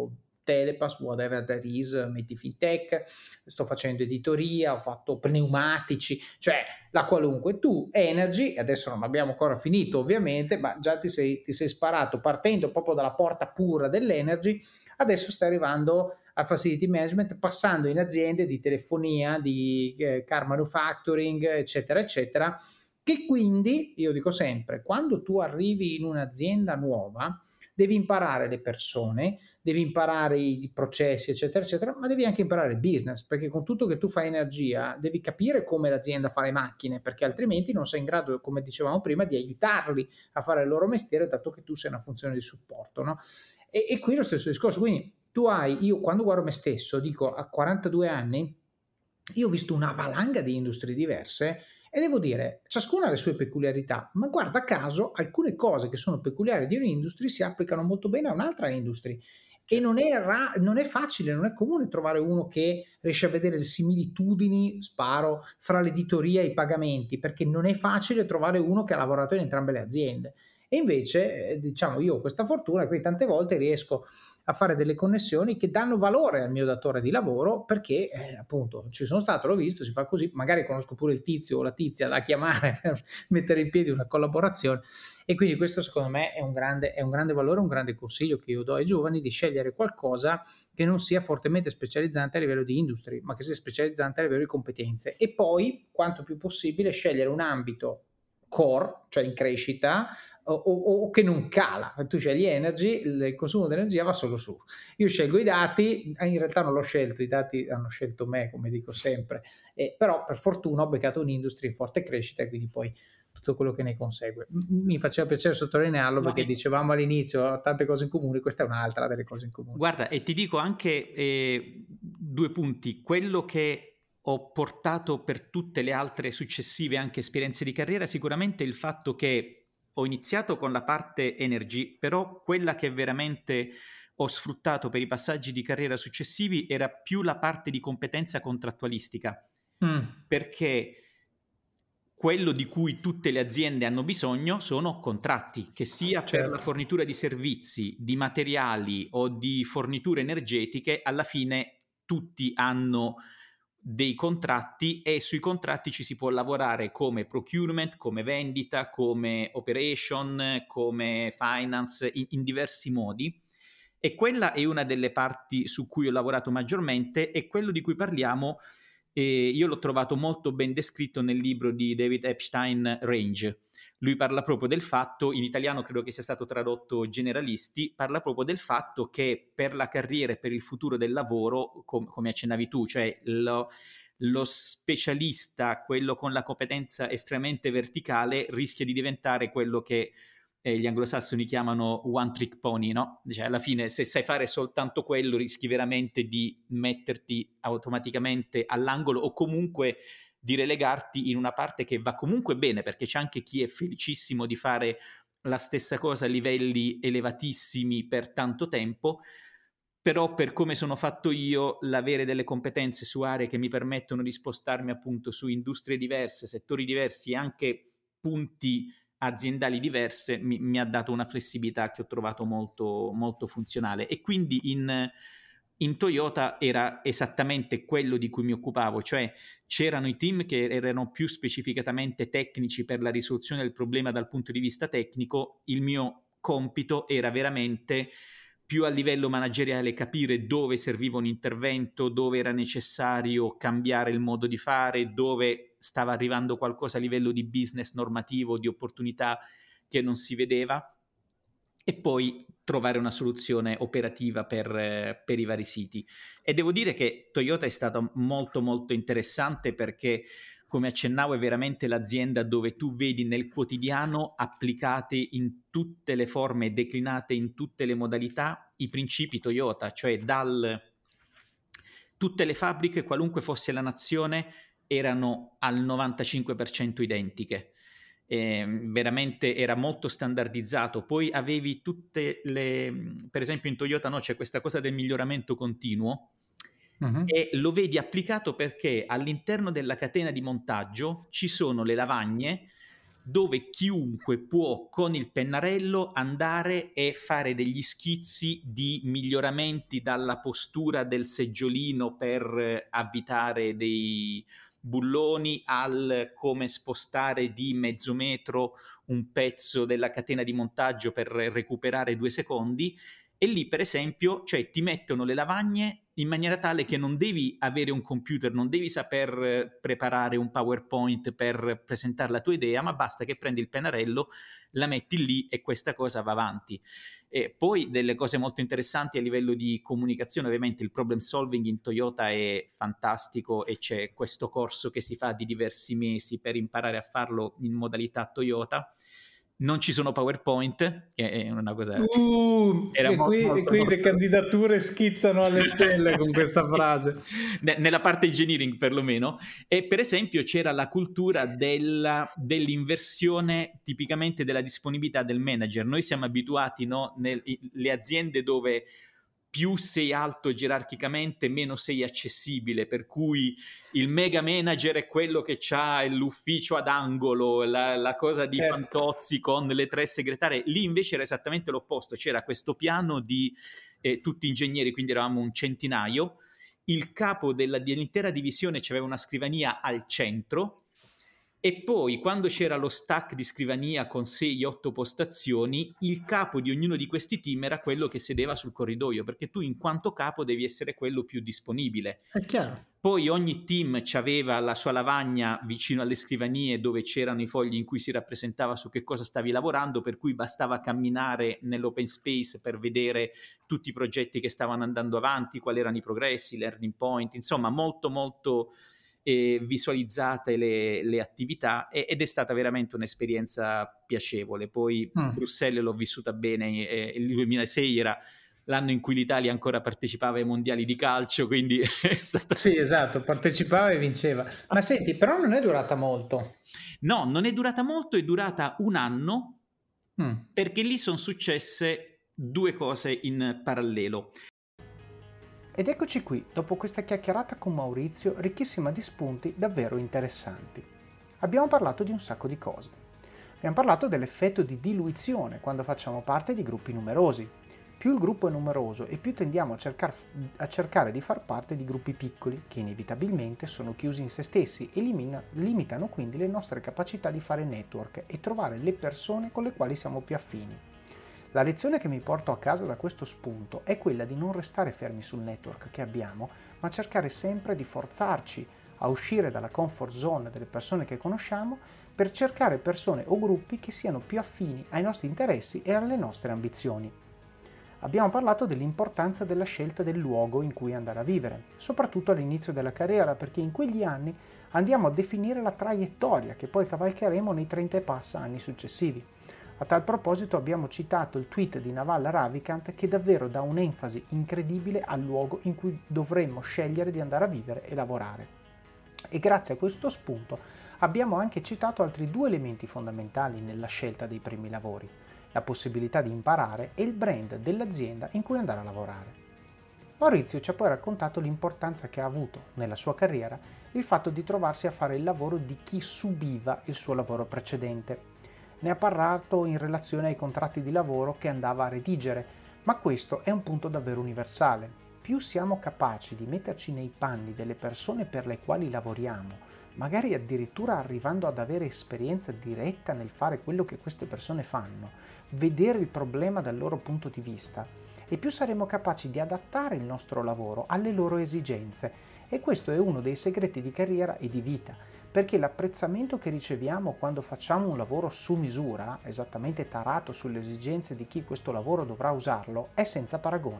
Telepass, whatever that is, metti fintech, sto facendo editoria, ho fatto pneumatici, cioè la qualunque. Tu Energy, adesso non abbiamo ancora finito ovviamente, ma già ti sei, ti sei sparato partendo proprio dalla porta pura dell'Energy, adesso stai arrivando al facility management, passando in aziende di telefonia, di eh, car manufacturing, eccetera, eccetera, che quindi, io dico sempre, quando tu arrivi in un'azienda nuova, devi imparare le persone, devi imparare i processi, eccetera, eccetera, ma devi anche imparare il business, perché con tutto che tu fai energia, devi capire come l'azienda fa le macchine, perché altrimenti non sei in grado, come dicevamo prima, di aiutarli a fare il loro mestiere, dato che tu sei una funzione di supporto, no? E, e qui lo stesso discorso, quindi tu hai, io quando guardo me stesso, dico a quarantadue anni, io ho visto una valanga di industrie diverse e devo dire, ciascuna ha le sue peculiarità, ma guarda caso alcune cose che sono peculiari di un'industria si applicano molto bene a un'altra industria. E non è, ra- non è facile, non è comune trovare uno che riesce a vedere le similitudini, sparo, fra l'editoria e i pagamenti, perché non è facile trovare uno che ha lavorato in entrambe le aziende. E invece, eh, diciamo, io ho questa fortuna e quindi tante volte riesco a fare delle connessioni che danno valore al mio datore di lavoro, perché eh, appunto ci sono stato, l'ho visto, si fa così, magari conosco pure il tizio o la tizia da chiamare per mettere in piedi una collaborazione, e quindi questo secondo me è un grande, è un grande valore, un grande consiglio che io do ai giovani, di scegliere qualcosa che non sia fortemente specializzante a livello di industria, ma che sia specializzante a livello di competenze, e poi quanto più possibile scegliere un ambito core, cioè in crescita, O, o, o che non cala. Tu scegli Energy, il consumo di energia va solo su. Io scelgo i dati, in realtà non l'ho scelto, i dati hanno scelto me, come dico sempre, eh, però per fortuna ho beccato un'industria in forte crescita e quindi poi tutto quello che ne consegue. Mi faceva piacere sottolinearlo, perché no, dicevamo all'inizio tante cose in comune, questa è un'altra delle cose in comune. Guarda, e ti dico anche eh, due punti. Quello che ho portato per tutte le altre successive anche esperienze di carriera, sicuramente il fatto che ho iniziato con la parte energy, però quella che veramente ho sfruttato per i passaggi di carriera successivi era più la parte di competenza contrattualistica, mm. perché quello di cui tutte le aziende hanno bisogno sono contratti, che sia certo. per la fornitura di servizi, di materiali o di forniture energetiche, alla fine tutti hanno dei contratti, e sui contratti ci si può lavorare come procurement, come vendita, come operation, come finance, in, in diversi modi, e quella è una delle parti su cui ho lavorato maggiormente, e quello di cui parliamo eh, io l'ho trovato molto ben descritto nel libro di David Epstein, Range. Lui parla proprio del fatto, in italiano credo che sia stato tradotto generalisti, parla proprio del fatto che per la carriera e per il futuro del lavoro, com- come accennavi tu, cioè lo, lo specialista, quello con la competenza estremamente verticale, rischia di diventare quello che eh, gli anglosassoni chiamano one trick pony, no? Cioè alla fine, se sai fare soltanto quello, rischi veramente di metterti automaticamente all'angolo, o comunque di relegarti in una parte che va comunque bene, perché c'è anche chi è felicissimo di fare la stessa cosa a livelli elevatissimi per tanto tempo, però per come sono fatto io, l'avere delle competenze su aree che mi permettono di spostarmi appunto su industrie diverse, settori diversi e anche punti aziendali diverse, mi, mi ha dato una flessibilità che ho trovato molto, molto funzionale. E quindi in... in Toyota era esattamente quello di cui mi occupavo, cioè c'erano i team che erano più specificatamente tecnici per la risoluzione del problema dal punto di vista tecnico. Il mio compito era veramente più a livello manageriale capire dove serviva un intervento, dove era necessario cambiare il modo di fare, dove stava arrivando qualcosa a livello di business normativo, di opportunità che non si vedeva, e poi trovare una soluzione operativa per, eh, per i vari siti. E devo dire che Toyota è stata molto molto interessante, perché, come accennavo, è veramente l'azienda dove tu vedi nel quotidiano, applicate in tutte le forme, declinate in tutte le modalità, i principi Toyota, cioè dal tutte le fabbriche, qualunque fosse la nazione, erano al novantacinque per cento identiche. Eh, veramente era molto standardizzato. Poi avevi tutte le, per esempio in Toyota no, c'è questa cosa del miglioramento continuo, uh-huh. e lo vedi applicato perché all'interno della catena di montaggio ci sono le lavagne dove chiunque può con il pennarello andare e fare degli schizzi di miglioramenti dalla postura del seggiolino per avvitare dei bulloni al come spostare di mezzo metro un pezzo della catena di montaggio per recuperare due secondi. E lì, per esempio, cioè ti mettono le lavagne in maniera tale che non devi avere un computer, non devi saper preparare un PowerPoint per presentare la tua idea, ma basta che prendi il pennarello, la metti lì e questa cosa va avanti. E poi delle cose molto interessanti a livello di comunicazione, ovviamente il problem solving in Toyota è fantastico e c'è questo corso che si fa di diversi mesi per imparare a farlo in modalità Toyota. Non ci sono PowerPoint, che è una cosa... Uh, era e molto, qui, molto, qui molto... le candidature schizzano alle stelle con questa frase. Nella parte engineering perlomeno. E per esempio c'era la cultura della, dell'inversione tipicamente della disponibilità del manager. Noi siamo abituati, no, nelle aziende dove più sei alto gerarchicamente, meno sei accessibile, per cui il mega manager è quello che ha l'ufficio ad angolo, la, la cosa di certo. Fantozzi con le tre segretarie. Lì invece era esattamente l'opposto, c'era questo piano di eh, tutti ingegneri, quindi eravamo un centinaio, il capo della, dell'intera divisione c'aveva una scrivania al centro, e poi quando c'era lo stack di scrivania con sei otto postazioni, il capo di ognuno di questi team era quello che sedeva sul corridoio, perché tu in quanto capo devi essere quello più disponibile. È chiaro. Poi ogni team aveva la sua lavagna vicino alle scrivanie dove c'erano i fogli in cui si rappresentava su che cosa stavi lavorando, per cui bastava camminare nell'open space per vedere tutti i progetti che stavano andando avanti, quali erano i progressi, learning point, insomma molto molto... E visualizzate le, le attività e, ed è stata veramente un'esperienza piacevole. Poi mm. Bruxelles l'ho vissuta bene, eh, il duemilasei era l'anno in cui l'Italia ancora partecipava ai mondiali di calcio, quindi è stata... Sì, esatto, partecipava e vinceva. Ma senti, però non è durata molto. No, non è durata molto, è durata un anno, mm. perché lì sono successe due cose in parallelo. Ed eccoci qui, dopo questa chiacchierata con Maurizio, ricchissima di spunti davvero interessanti. Abbiamo parlato di un sacco di cose. Abbiamo parlato dell'effetto di diluizione quando facciamo parte di gruppi numerosi. Più il gruppo è numeroso e più tendiamo a, cercar, a cercare di far parte di gruppi piccoli, che inevitabilmente sono chiusi in se stessi e limina, limitano quindi le nostre capacità di fare network e trovare le persone con le quali siamo più affini. La lezione che mi porto a casa da questo spunto è quella di non restare fermi sul network che abbiamo, ma cercare sempre di forzarci a uscire dalla comfort zone delle persone che conosciamo per cercare persone o gruppi che siano più affini ai nostri interessi e alle nostre ambizioni. Abbiamo parlato dell'importanza della scelta del luogo in cui andare a vivere, soprattutto all'inizio della carriera, perché in quegli anni andiamo a definire la traiettoria che poi cavalcheremo nei trenta e passa anni successivi. A tal proposito abbiamo citato il tweet di Naval Ravikant che davvero dà un'enfasi incredibile al luogo in cui dovremmo scegliere di andare a vivere e lavorare. E grazie a questo spunto abbiamo anche citato altri due elementi fondamentali nella scelta dei primi lavori, la possibilità di imparare e il brand dell'azienda in cui andare a lavorare. Maurizio ci ha poi raccontato l'importanza che ha avuto nella sua carriera il fatto di trovarsi a fare il lavoro di chi subiva il suo lavoro precedente. Ne ha parlato in relazione ai contratti di lavoro che andava a redigere, ma questo è un punto davvero universale. Più siamo capaci di metterci nei panni delle persone per le quali lavoriamo, magari addirittura arrivando ad avere esperienza diretta nel fare quello che queste persone fanno, vedere il problema dal loro punto di vista, e più saremo capaci di adattare il nostro lavoro alle loro esigenze. E questo è uno dei segreti di carriera e di vita, perché l'apprezzamento che riceviamo quando facciamo un lavoro su misura, esattamente tarato sulle esigenze di chi questo lavoro dovrà usarlo, è senza paragoni.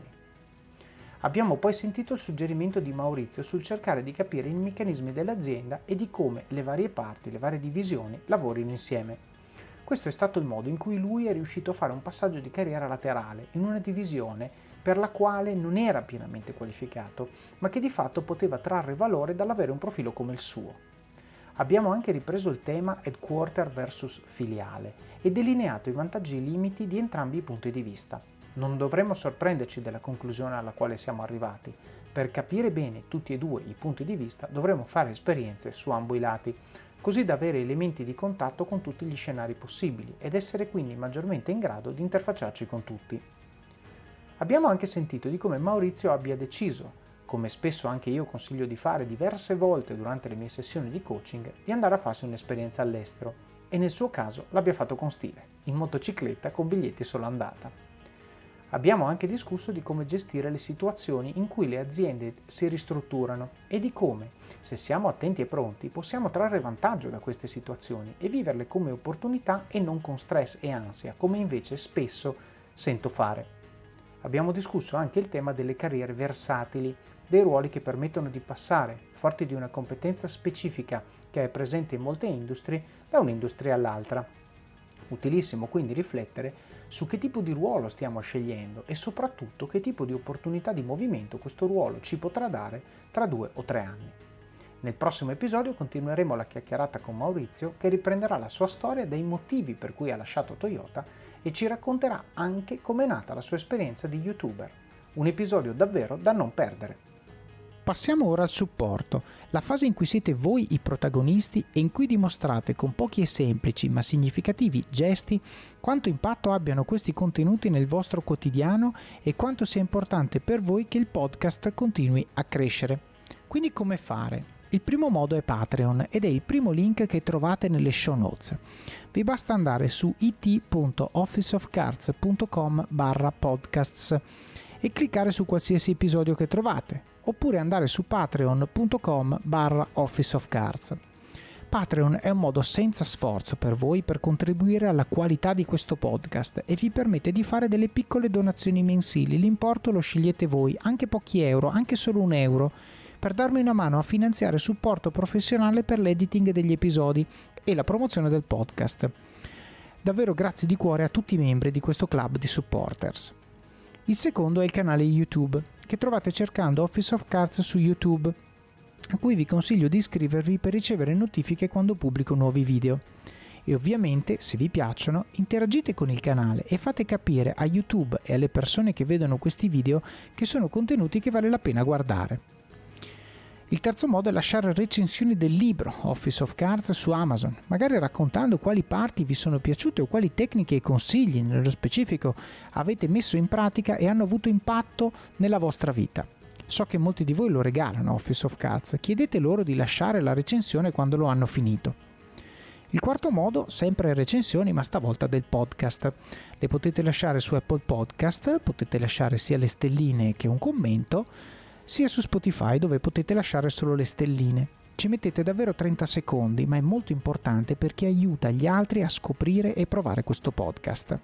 Abbiamo poi sentito il suggerimento di Maurizio sul cercare di capire i meccanismi dell'azienda e di come le varie parti, le varie divisioni lavorino insieme. Questo è stato il modo in cui lui è riuscito a fare un passaggio di carriera laterale in una divisione per la quale non era pienamente qualificato, ma che di fatto poteva trarre valore dall'avere un profilo come il suo. Abbiamo anche ripreso il tema headquarter versus filiale e delineato i vantaggi e i limiti di entrambi i punti di vista. Non dovremmo sorprenderci della conclusione alla quale siamo arrivati. Per capire bene tutti e due i punti di vista dovremo fare esperienze su ambo i lati. così da avere elementi di contatto con tutti gli scenari possibili ed essere quindi maggiormente in grado di interfacciarci con tutti. Abbiamo anche sentito di come Maurizio abbia deciso, come spesso anche io consiglio di fare diverse volte durante le mie sessioni di coaching, di andare a farsi un'esperienza all'estero e nel suo caso l'abbia fatto con stile, in motocicletta con biglietti solo andata. Abbiamo anche discusso di come gestire le situazioni in cui le aziende si ristrutturano e di come, se siamo attenti e pronti, possiamo trarre vantaggio da queste situazioni e viverle come opportunità e non con stress e ansia, come invece spesso sento fare. Abbiamo discusso anche il tema delle carriere versatili, dei ruoli che permettono di passare, forti di una competenza specifica che è presente in molte industrie, da un'industria all'altra. Utilissimo quindi riflettere su che tipo di ruolo stiamo scegliendo e soprattutto che tipo di opportunità di movimento questo ruolo ci potrà dare tra due o tre anni. Nel prossimo episodio continueremo la chiacchierata con Maurizio, che riprenderà la sua storia dei motivi per cui ha lasciato Toyota e ci racconterà anche come è nata la sua esperienza di YouTuber. Un episodio davvero da non perdere. Passiamo ora al supporto, la fase in cui siete voi i protagonisti e in cui dimostrate con pochi e semplici ma significativi gesti quanto impatto abbiano questi contenuti nel vostro quotidiano e quanto sia importante per voi che il podcast continui a crescere. Quindi come fare? Il primo modo è Patreon ed è il primo link che trovate nelle show notes. Vi basta andare su it punto officeofcards punto com barra podcasts e cliccare su qualsiasi episodio che trovate, oppure andare su patreon punto com barra officeofcards. Patreon è un modo senza sforzo per voi per contribuire alla qualità di questo podcast e vi permette di fare delle piccole donazioni mensili. L'importo lo scegliete voi, anche pochi euro, anche solo un euro, per darmi una mano a finanziare supporto professionale per l'editing degli episodi e la promozione del podcast. Davvero grazie di cuore a tutti i membri di questo club di supporters. Il secondo è il canale YouTube, che trovate cercando Office of Cards su YouTube, a cui vi consiglio di iscrivervi per ricevere notifiche quando pubblico nuovi video. E ovviamente, se vi piacciono, interagite con il canale e fate capire a YouTube e alle persone che vedono questi video che sono contenuti che vale la pena guardare. Il terzo modo è lasciare recensioni del libro Office of Cards su Amazon, magari raccontando quali parti vi sono piaciute o quali tecniche e consigli, nello specifico, avete messo in pratica e hanno avuto impatto nella vostra vita. So che molti di voi lo regalano Office of Cards, chiedete loro di lasciare la recensione quando lo hanno finito. Il quarto modo, sempre recensioni, ma stavolta del podcast. Le potete lasciare su Apple Podcast, potete lasciare sia le stelline che un commento, sia su Spotify, dove potete lasciare solo le stelline. Ci mettete davvero trenta secondi, ma è molto importante perché aiuta gli altri a scoprire e provare questo podcast.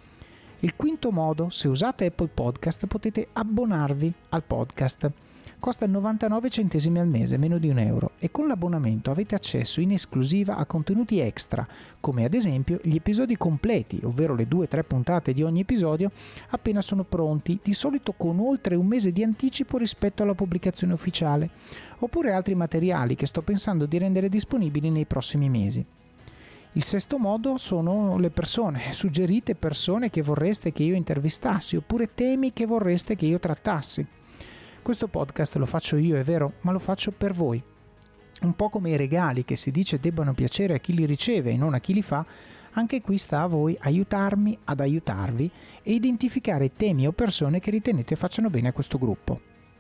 Il quinto modo, se usate Apple Podcast, potete abbonarvi al podcast. Costa novantanove centesimi al mese, meno di un euro, e con l'abbonamento avete accesso in esclusiva a contenuti extra, come ad esempio gli episodi completi, ovvero le due o tre puntate di ogni episodio, appena sono pronti, di solito con oltre un mese di anticipo rispetto alla pubblicazione ufficiale, oppure altri materiali che sto pensando di rendere disponibili nei prossimi mesi. Il sesto modo sono le persone, suggerite persone che vorreste che io intervistassi, oppure temi che vorreste che io trattassi. Questo podcast lo faccio io, è vero, ma lo faccio per voi. Un po' come i regali che si dice debbano piacere a chi li riceve e non a chi li fa, anche qui sta a voi aiutarmi ad aiutarvi e identificare temi o persone che ritenete facciano bene a questo gruppo.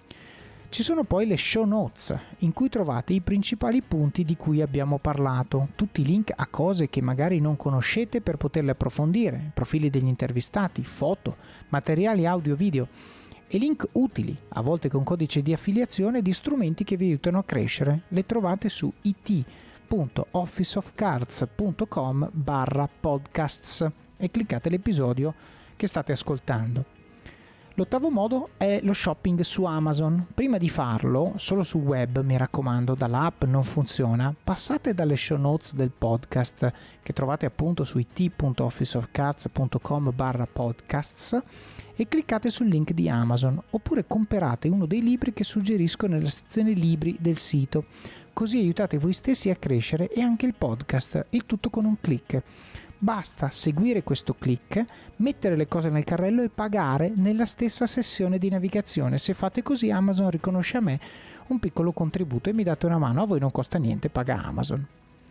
Ci sono poi le show notes, in cui trovate i principali punti di cui abbiamo parlato, tutti i link a cose che magari non conoscete per poterle approfondire, profili degli intervistati, foto, materiali audio-video, e link utili, a volte con codice di affiliazione, di strumenti che vi aiutano a crescere. Le trovate su it punto officeofcards punto com barra podcasts e cliccate l'episodio che state ascoltando. L'ottavo modo è lo shopping su Amazon. Prima di farlo, solo sul web, mi raccomando, dall'app non funziona, passate dalle show notes del podcast che trovate appunto su it punto officeofcards punto com barra podcasts e cliccate sul link di Amazon, oppure comprate uno dei libri che suggerisco nella sezione libri del sito, così aiutate voi stessi a crescere e anche il podcast, il tutto con un click. Basta seguire questo click, mettere le cose nel carrello e pagare nella stessa sessione di navigazione. Se fate così, Amazon riconosce a me un piccolo contributo e mi date una mano. A voi non costa niente, paga Amazon.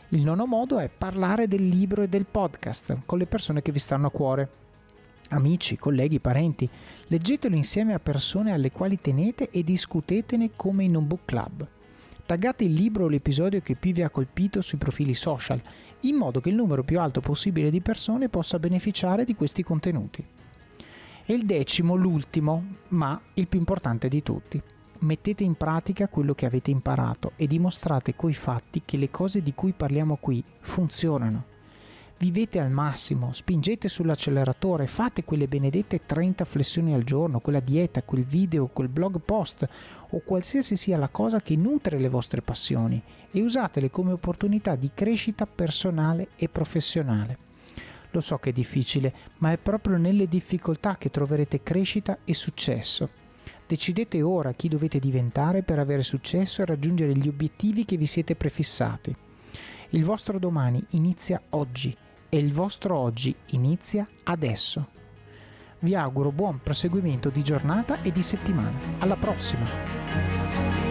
Il nono modo è parlare del libro e del podcast con le persone che vi stanno a cuore. Amici, colleghi, parenti, leggetelo insieme a persone alle quali tenete e discutetene come in un book club. Taggate il libro o l'episodio che più vi ha colpito sui profili social, in modo che il numero più alto possibile di persone possa beneficiare di questi contenuti. E il decimo, l'ultimo, ma il più importante di tutti. Mettete in pratica quello che avete imparato e dimostrate coi fatti che le cose di cui parliamo qui funzionano. Vivete al massimo, spingete sull'acceleratore, fate quelle benedette trenta flessioni al giorno, quella dieta, quel video, quel blog post o qualsiasi sia la cosa che nutre le vostre passioni e usatele come opportunità di crescita personale e professionale. Lo so che è difficile, ma è proprio nelle difficoltà che troverete crescita e successo. Decidete ora chi dovete diventare per avere successo e raggiungere gli obiettivi che vi siete prefissati. Il vostro domani inizia oggi e il vostro oggi inizia adesso. Vi auguro buon proseguimento di giornata e di settimana. Alla prossima!